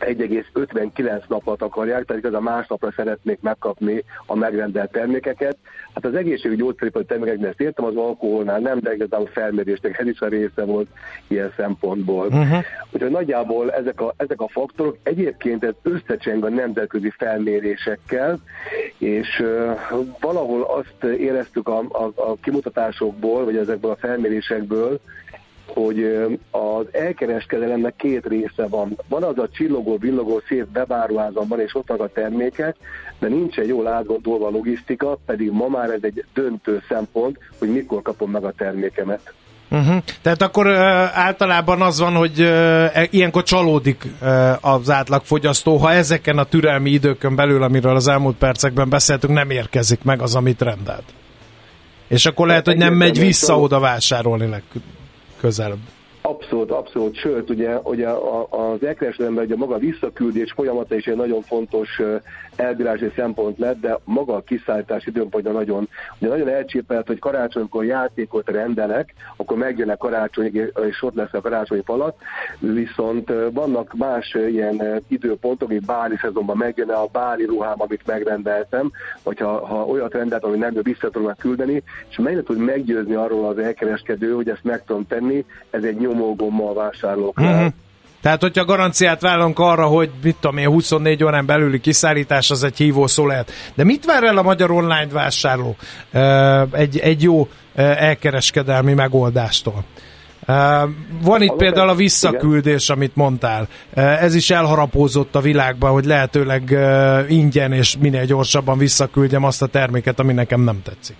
1,59 napot akarják, tehát igaz a másnapra szeretnék megkapni a megrendelt termékeket. Hát az egészségügyi gyógyszeripari termékeknél ezt értem, az alkoholnál nem, de igazából felmérésnek ez is a része volt ilyen szempontból. Úgyhogy nagyjából ezek a faktorok, egyébként ez összecseng a nemzetközi felmérésekkel, és valahol azt éreztük a kimutatásokból, vagy ezekből a felmérésekből, hogy az elkereskedelemnek két része van. Van az a csillogó, villogó, szép webáruházamban, és ott a termékek, de nincs egy jól átgondolva logisztika, pedig ma már ez egy döntő szempont, hogy mikor kapom meg a termékemet. Tehát akkor általában az van, hogy ilyenkor csalódik az átlagfogyasztó, ha ezeken a türelmi időkön belül, amiről az elmúlt percekben beszéltünk, nem érkezik meg az, amit rendelt. És akkor lehet, hogy nem megy vissza oda vásárolni legközelebb. Abszolút. Sőt, ugye az elkereskedelemben ugye maga a visszaküldés folyamata is egy nagyon fontos elbírási szempont lett, de maga a kiszállítás időpontja nagyon elcsépelt, hogy karácsonykor játékot rendelek, akkor megjönnek karácsonyig, és ott lesz a karácsonyi falat, viszont vannak más ilyen időpontok, hogy báli szezonban megjön a báli ruhám, amit megrendeltem, vagy ha olyat rendeltem, amit nem vissza tudom küldeni, és mennyire tud meggyőzni arról az elkereskedő, hogy ezt meg tudom tenni, ez egy nyomógommal vásárlóknál. Tehát, hogyha garanciát vállalunk arra, hogy mit tudom én, 24 órán belüli kiszállítás, az egy hívó szó lehet. De mit vár el a magyar online vásárló egy jó elkereskedelmi megoldástól? Van itt például a visszaküldés, amit mondtál. Ez is elharapózott a világban, hogy lehetőleg ingyen és minél gyorsabban visszaküldjem azt a terméket, ami nekem nem tetszik.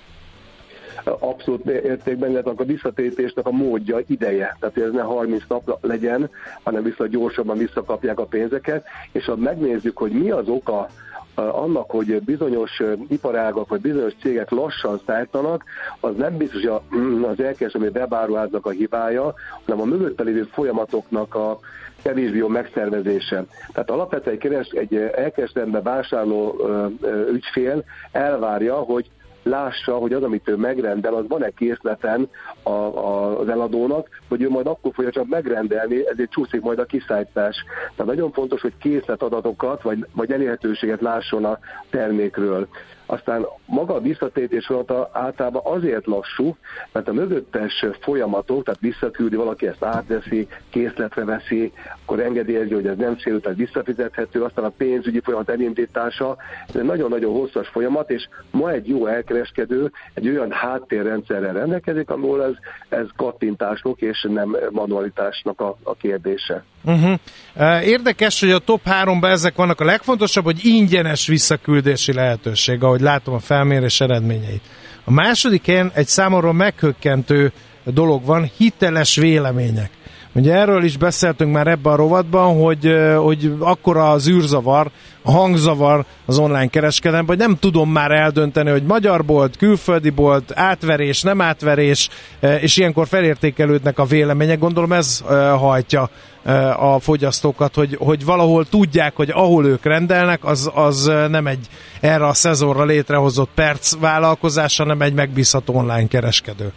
Abszolút értékben, illetve a visszatérítésnek a módja, ideje. Tehát ez ne 30 nap legyen, hanem gyorsabban visszakapják a pénzeket, és ha megnézzük, hogy mi az oka annak, hogy bizonyos iparágak vagy bizonyos cégek lassan szállítanak, az nem biztos, hogy az elkereskedelmi webáruháznak a hibája, hanem a mögötte lévő folyamatoknak a kevésbé jó megszervezése. Tehát alapvetően egy elkereskedelembe vásárló ügyfél elvárja, hogy lássa, hogy az, amit ő megrendel, az van-e készleten az eladónak, hogy ő majd akkor fogja csak megrendelni, ezért csúszik majd a kiszállítás. Tehát nagyon fontos, hogy készletadatokat, vagy elérhetőséget lásson a termékről. Aztán maga a visszatérítés folyamata általában azért lassú, mert a mögöttes folyamatok, tehát visszaküldi, valaki ezt átveszi, készletre veszi, akkor engedélyezi, hogy ez nem sérült, tehát visszafizethető, aztán a pénzügyi folyamat elindítása, ez egy nagyon-nagyon hosszas folyamat, és ma egy jó elkereskedő egy olyan háttérrendszerrel rendelkezik, ahol ez kattintásnak és nem manualitásnak a kérdése. Érdekes, hogy a top 3-ban ezek vannak. A legfontosabb, hogy ingyenes visszaküldési lehetőség, ahogy látom a felmérés eredményeit. A második helyen egy számomra meghökkentő dolog van, hiteles vélemények. Ugye erről is beszéltünk már ebben a rovatban, hogy akkora az űrzavar, a hangzavar az online kereskedelemben, hogy nem tudom már eldönteni, hogy magyar bolt, külföldi bolt, átverés, nem átverés, és ilyenkor felértékelődnek a vélemények. Gondolom ez hajtja a fogyasztókat, hogy valahol tudják, hogy ahol ők rendelnek, az nem egy erre a szezonra létrehozott perc vállalkozás, hanem egy megbízható online kereskedő.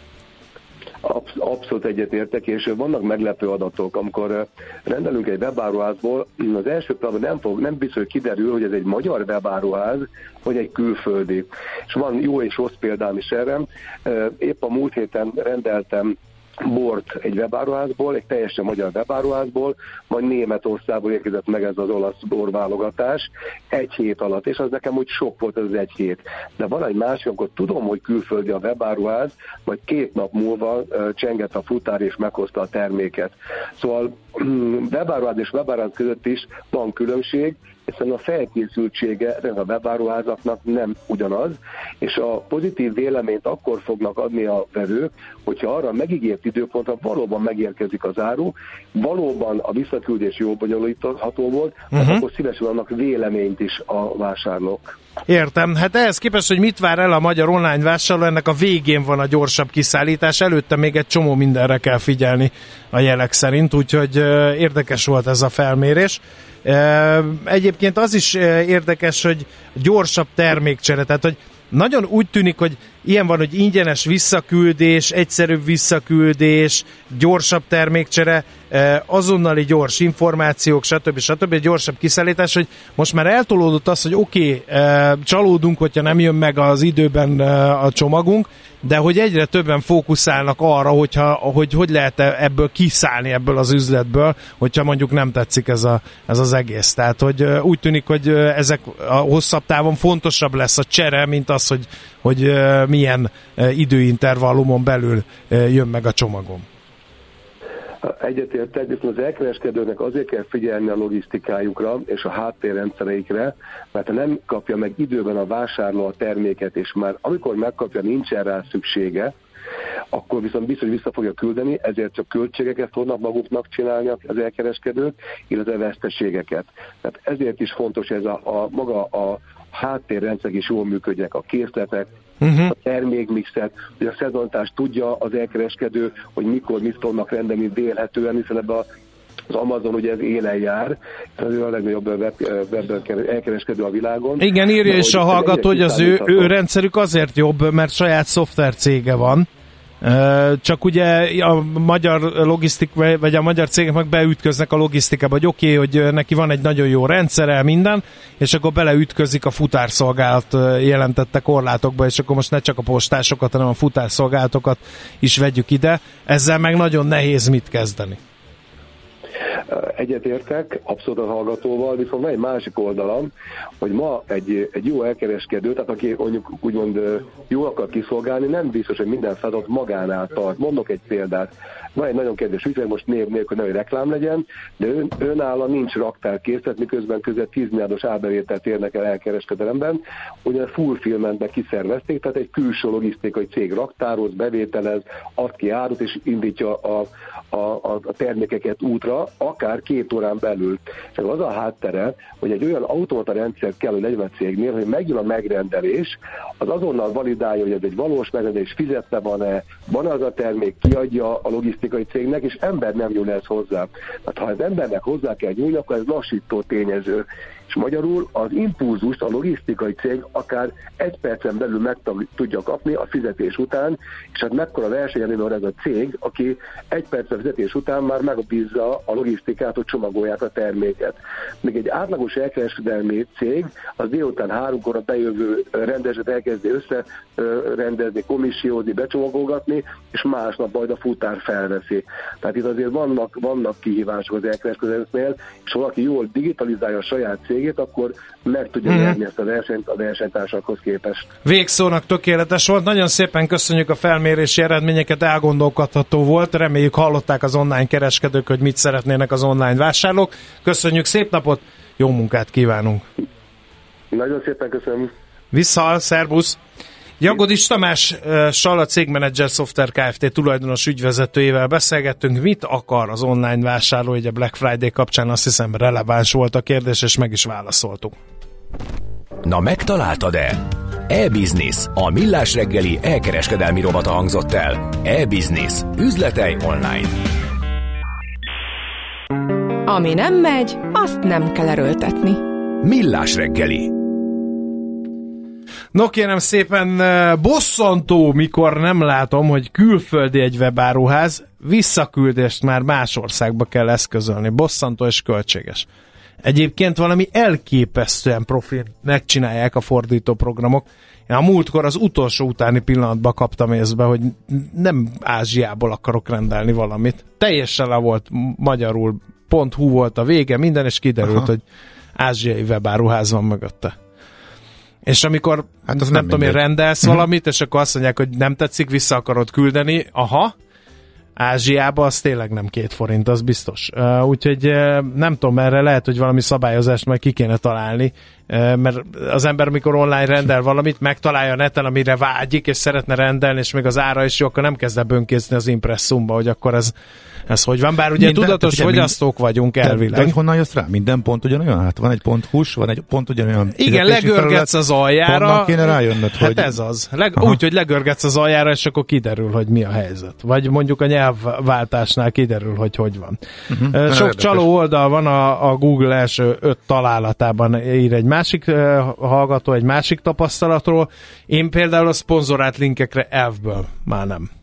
Abszolút egyetértek, és vannak meglepő adatok. Amikor rendelünk egy webáruházból, az első pillanatban nem biztos, hogy kiderül, hogy ez egy magyar webáruház, vagy egy külföldi. És van jó és rossz példám is erre. Épp a múlt héten rendeltem bort egy webáruházból, egy teljesen magyar webáruházból, majd Németországból érkezett meg ez az olasz borválogatás egy hét alatt, és az nekem úgy sok volt ez egy hét. De van egy másik, amikor tudom, hogy külföldi a webáruház, majd 2 nap múlva csengett a futár és meghozta a terméket. Szóval webáruház és webáruház között is van különbség, hiszen a felkészültsége a webáruházaknak nem ugyanaz, és a pozitív véleményt akkor fognak adni a vevők, hogyha arra megígért időpontra valóban megérkezik az áru, valóban a visszaküldés jól bonyolítható volt, akkor szívesen annak véleményt is a vásárlók. Értem. Hát ehhez képest, hogy mit vár el a magyar online vásárló, ennek a végén van a gyorsabb kiszállítás, előtte még egy csomó mindenre kell figyelni a jelek szerint, úgyhogy érdekes volt ez a felmérés. Egyébként az is érdekes, hogy gyorsabb termékcsere, tehát hogy nagyon úgy tűnik, hogy ilyen van, hogy ingyenes visszaküldés, egyszerűbb visszaküldés, gyorsabb termékcsere, azonnali gyors információk, stb. Egy gyorsabb kiszállítás, hogy most már eltolódott az, hogy oké, csalódunk, hogyha nem jön meg az időben a csomagunk, de hogy egyre többen fókuszálnak arra, hogy lehet ebből kiszállni ebből az üzletből, hogyha mondjuk nem tetszik ez az egész. Tehát, hogy úgy tűnik, hogy ezek a hosszabb távon fontosabb lesz a csere, mint az, hogy milyen időintervallumon belül jön meg a csomagom. Egyetértek, viszont az elkereskedőnek azért kell figyelni a logisztikájukra és a háttérrendszereikre, mert ha nem kapja meg időben a vásárló a terméket, és már amikor megkapja, nincsen rá szüksége, akkor viszont biztos, hogy vissza fogja küldeni, ezért csak költségeket fognak maguknak csinálni az elkereskedők, illetve veszteségeket. Tehát ezért is fontos ez maga a háttérrendszer is jól működjenek, a készletek, a termékmixet, hogy a szezontást tudja az elkereskedő, hogy mikor mit fognak rendelni vélhetően, hiszen ebben az Amazon ugye ez élen jár, ez a legnagyobb web elkereskedő a világon. Igen, írja is a hallgató, hogy az ő rendszerük azért jobb, mert saját szoftver cége van. Csak ugye a magyar logisztik, vagy a magyar cégek meg beütköznek a logisztikába, hogy oké, hogy neki van egy nagyon jó rendszere, minden, és akkor beleütközik a futárszolgálat jelentette korlátokba, és akkor most ne csak a postásokat, hanem a futárszolgálatokat is vegyük ide. Ezzel meg nagyon nehéz mit kezdeni. Egyetértek, abszolút a hallgatóval, viszont van egy másik oldalam, hogy ma egy jó elkereskedő, tehát aki mondjuk úgymond jól akar kiszolgálni, nem biztos, hogy minden feladat magánál tart. Mondok egy példát. Van egy nagyon kedves ügyfél, most név nélkül nem, hogy reklám legyen, de önállóan nincs raktárkészlet, miközben közel 10 milliárdos árbevételt érnek el elkereskedelemben. Ugyan Fulfillmentben kiszervezték, tehát egy külső logisztikai cég raktároz, bevételez, ad ki árut és indítja a termékeket útra, akár 2 órán belül. Csak az a háttere, hogy egy olyan automata rendszer kell, hogy legyen a cégnél, hogy megjön a megrendelés, az azonnal validálja, hogy ez egy valós megrendelés, fizetve van-e, van az a termék, kiadja a logisztikai cégnek, és ember nem nyúl ez hozzá. Tehát ha az embernek hozzá kell nyúlni, akkor ez lassító tényező. És magyarul az impulzust a logisztikai cég akár 1 percen belül meg tudja kapni a fizetés után, és hát mekkora versenyelőnő ez a cég, aki 1 perc fizetés után már megbízza a logisztikát, hogy csomagolják a terméket. Még egy átlagos elkereskedelmi cég az délután 3-kor a bejövő rendeset elkezdi összerendezni, komissiózni, becsomagolgatni, és másnap majd a futár felveszi. Tehát itt azért vannak kihívások az elkereskedelmnél, és ha valaki jól digitalizálja a saját cégét, akkor meg tudja nyerni ezt a versenyt a versenytársakhoz képest. Végszónak tökéletes volt. Nagyon szépen köszönjük a felmérési eredményeket, elgondolkodható volt. Reméljük hallották az online kereskedők, hogy mit szeretnének az online vásárlók. Köszönjük, szép napot, jó munkát kívánunk! Nagyon szépen köszönöm! Visszahall, szervusz! Jagodics Tamással, a Cégmenedzser Software Kft. Tulajdonos ügyvezetőjével beszélgettünk, mit akar az online vásárló, ugye Black Friday kapcsán azt hiszem releváns volt a kérdés, és meg is válaszoltuk. Na megtaláltad-e? E-Business, a Millás reggeli elkereskedelmi rovata hangzott el. E-Business, üzletei online. Ami nem megy, azt nem kell erőltetni. Millás reggeli. No kérem szépen, bosszantó, mikor nem látom, hogy külföldi egy webáruház, visszaküldést már más országba kell eszközölni. Bosszantó és költséges. Egyébként valami elképesztően profi megcsinálják a fordító programok. Én a múltkor az utolsó utáni pillanatban kaptam észbe, hogy nem Ázsiából akarok rendelni valamit. Teljesen le volt magyarul, .hu volt a vége, minden, és kiderült, hogy ázsiai webáruház van mögötte. És amikor nem tudom én, rendelsz valamit, és akkor azt mondják, hogy nem tetszik, vissza akarod küldeni, Ázsiába az tényleg nem 2 forint, az biztos. Úgyhogy nem tudom, erre lehet, hogy valami szabályozást majd ki kéne találni, mert az ember, mikor online rendel valamit, megtalálja a neten, amire vágyik, és szeretne rendelni, és még az ára is jó, akkor nem kezd el bönkészni az impresszumba, hogy akkor ez hogy van, bár ugye tudatos fogyasztók vagyunk elvileg. De honnan jössz rá? Minden pont ugyanolyan? Hát van egy pont hús, van egy pont ugyanolyan. Igen, legörgetsz az aljára. Honnan kéne rájönnöd, hogy... Hát ez az. Úgy, hogy legörgetsz az aljára, és akkor kiderül, hogy mi a helyzet. Vagy mondjuk a nyelvváltásnál kiderül, hogy van. Sok csaló oldal van a Google első 5 találatában, ír egy másik hallgató, egy másik tapasztalatról. Én például a szponzorált linkekre elfből már nem.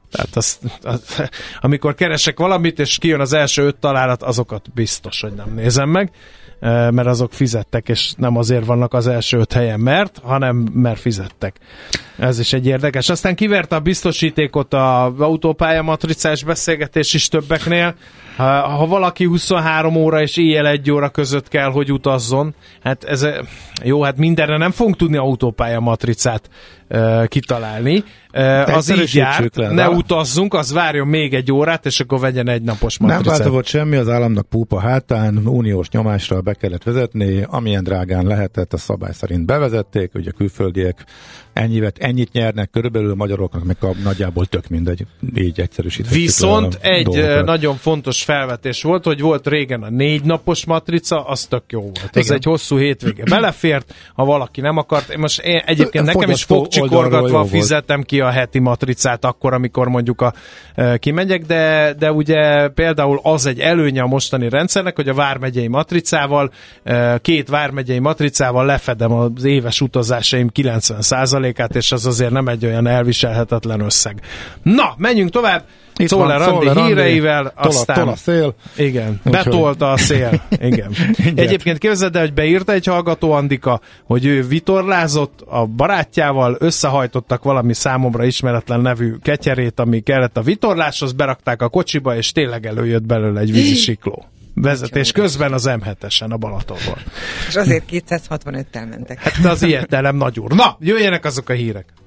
Tehát amikor keresek valamit, és kijön az első 5 találat, azokat biztos, hogy nem nézem meg, mert azok fizettek, és nem azért vannak az első 5 helyen, hanem mert fizettek. Ez is egy érdekes. Aztán kiverte a biztosítékot az autópálya matricás beszélgetés is többeknél. Ha valaki 23 óra és éjjel 1 óra között kell, hogy utazzon, hát hát mindenre nem fogunk tudni autópálya matricát kitalálni. Az így jár, ne utazzunk, az várjon még 1 órát, és akkor vegyen 1 napos matricát. Nem változott semmi, az államnak púpa hátán, uniós nyomásra be kellett vezetni, amilyen drágán lehetett, a szabály szerint bevezették, ugye külföldiek ennyit nyernek, körülbelül a magyaroknak meg nagyjából tök mindegy, így egyszerűsítettük. Viszont egy dolgokat. Nagyon fontos felvetés volt, hogy volt régen a 4 napos matrica, az tök jó volt. Az egy hosszú hétvége belefért, ha valaki nem akart. Most egyébként nekem is fogcsikorgatva fizettem ki a heti matricát akkor, amikor mondjuk kimegyek, de ugye például az egy előnye a mostani rendszernek, hogy a vármegyei matricával, 2 vármegyei matricával lefedem az éves utazásaim 90%-át, és az azért nem egy olyan elviselhetetlen összeg. Na, menjünk tovább! Czoller Andi híreivel, aztán... Tol a szél. Igen, betolta a szél. Igen. Egyébként képzeld el, hogy beírta egy hallgató, Andika, hogy ő vitorlázott a barátjával, összehajtottak valami számomra ismeretlen nevű ketyerét, ami kellett a vitorláshoz, berakták a kocsiba, és tényleg előjött belőle egy vízisikló. Vezetés közben az M7-esen a Balatonból. És azért 265-tel mentek. Hát az ilyettel nem nagy úr. Na, jöjjenek azok a hírek.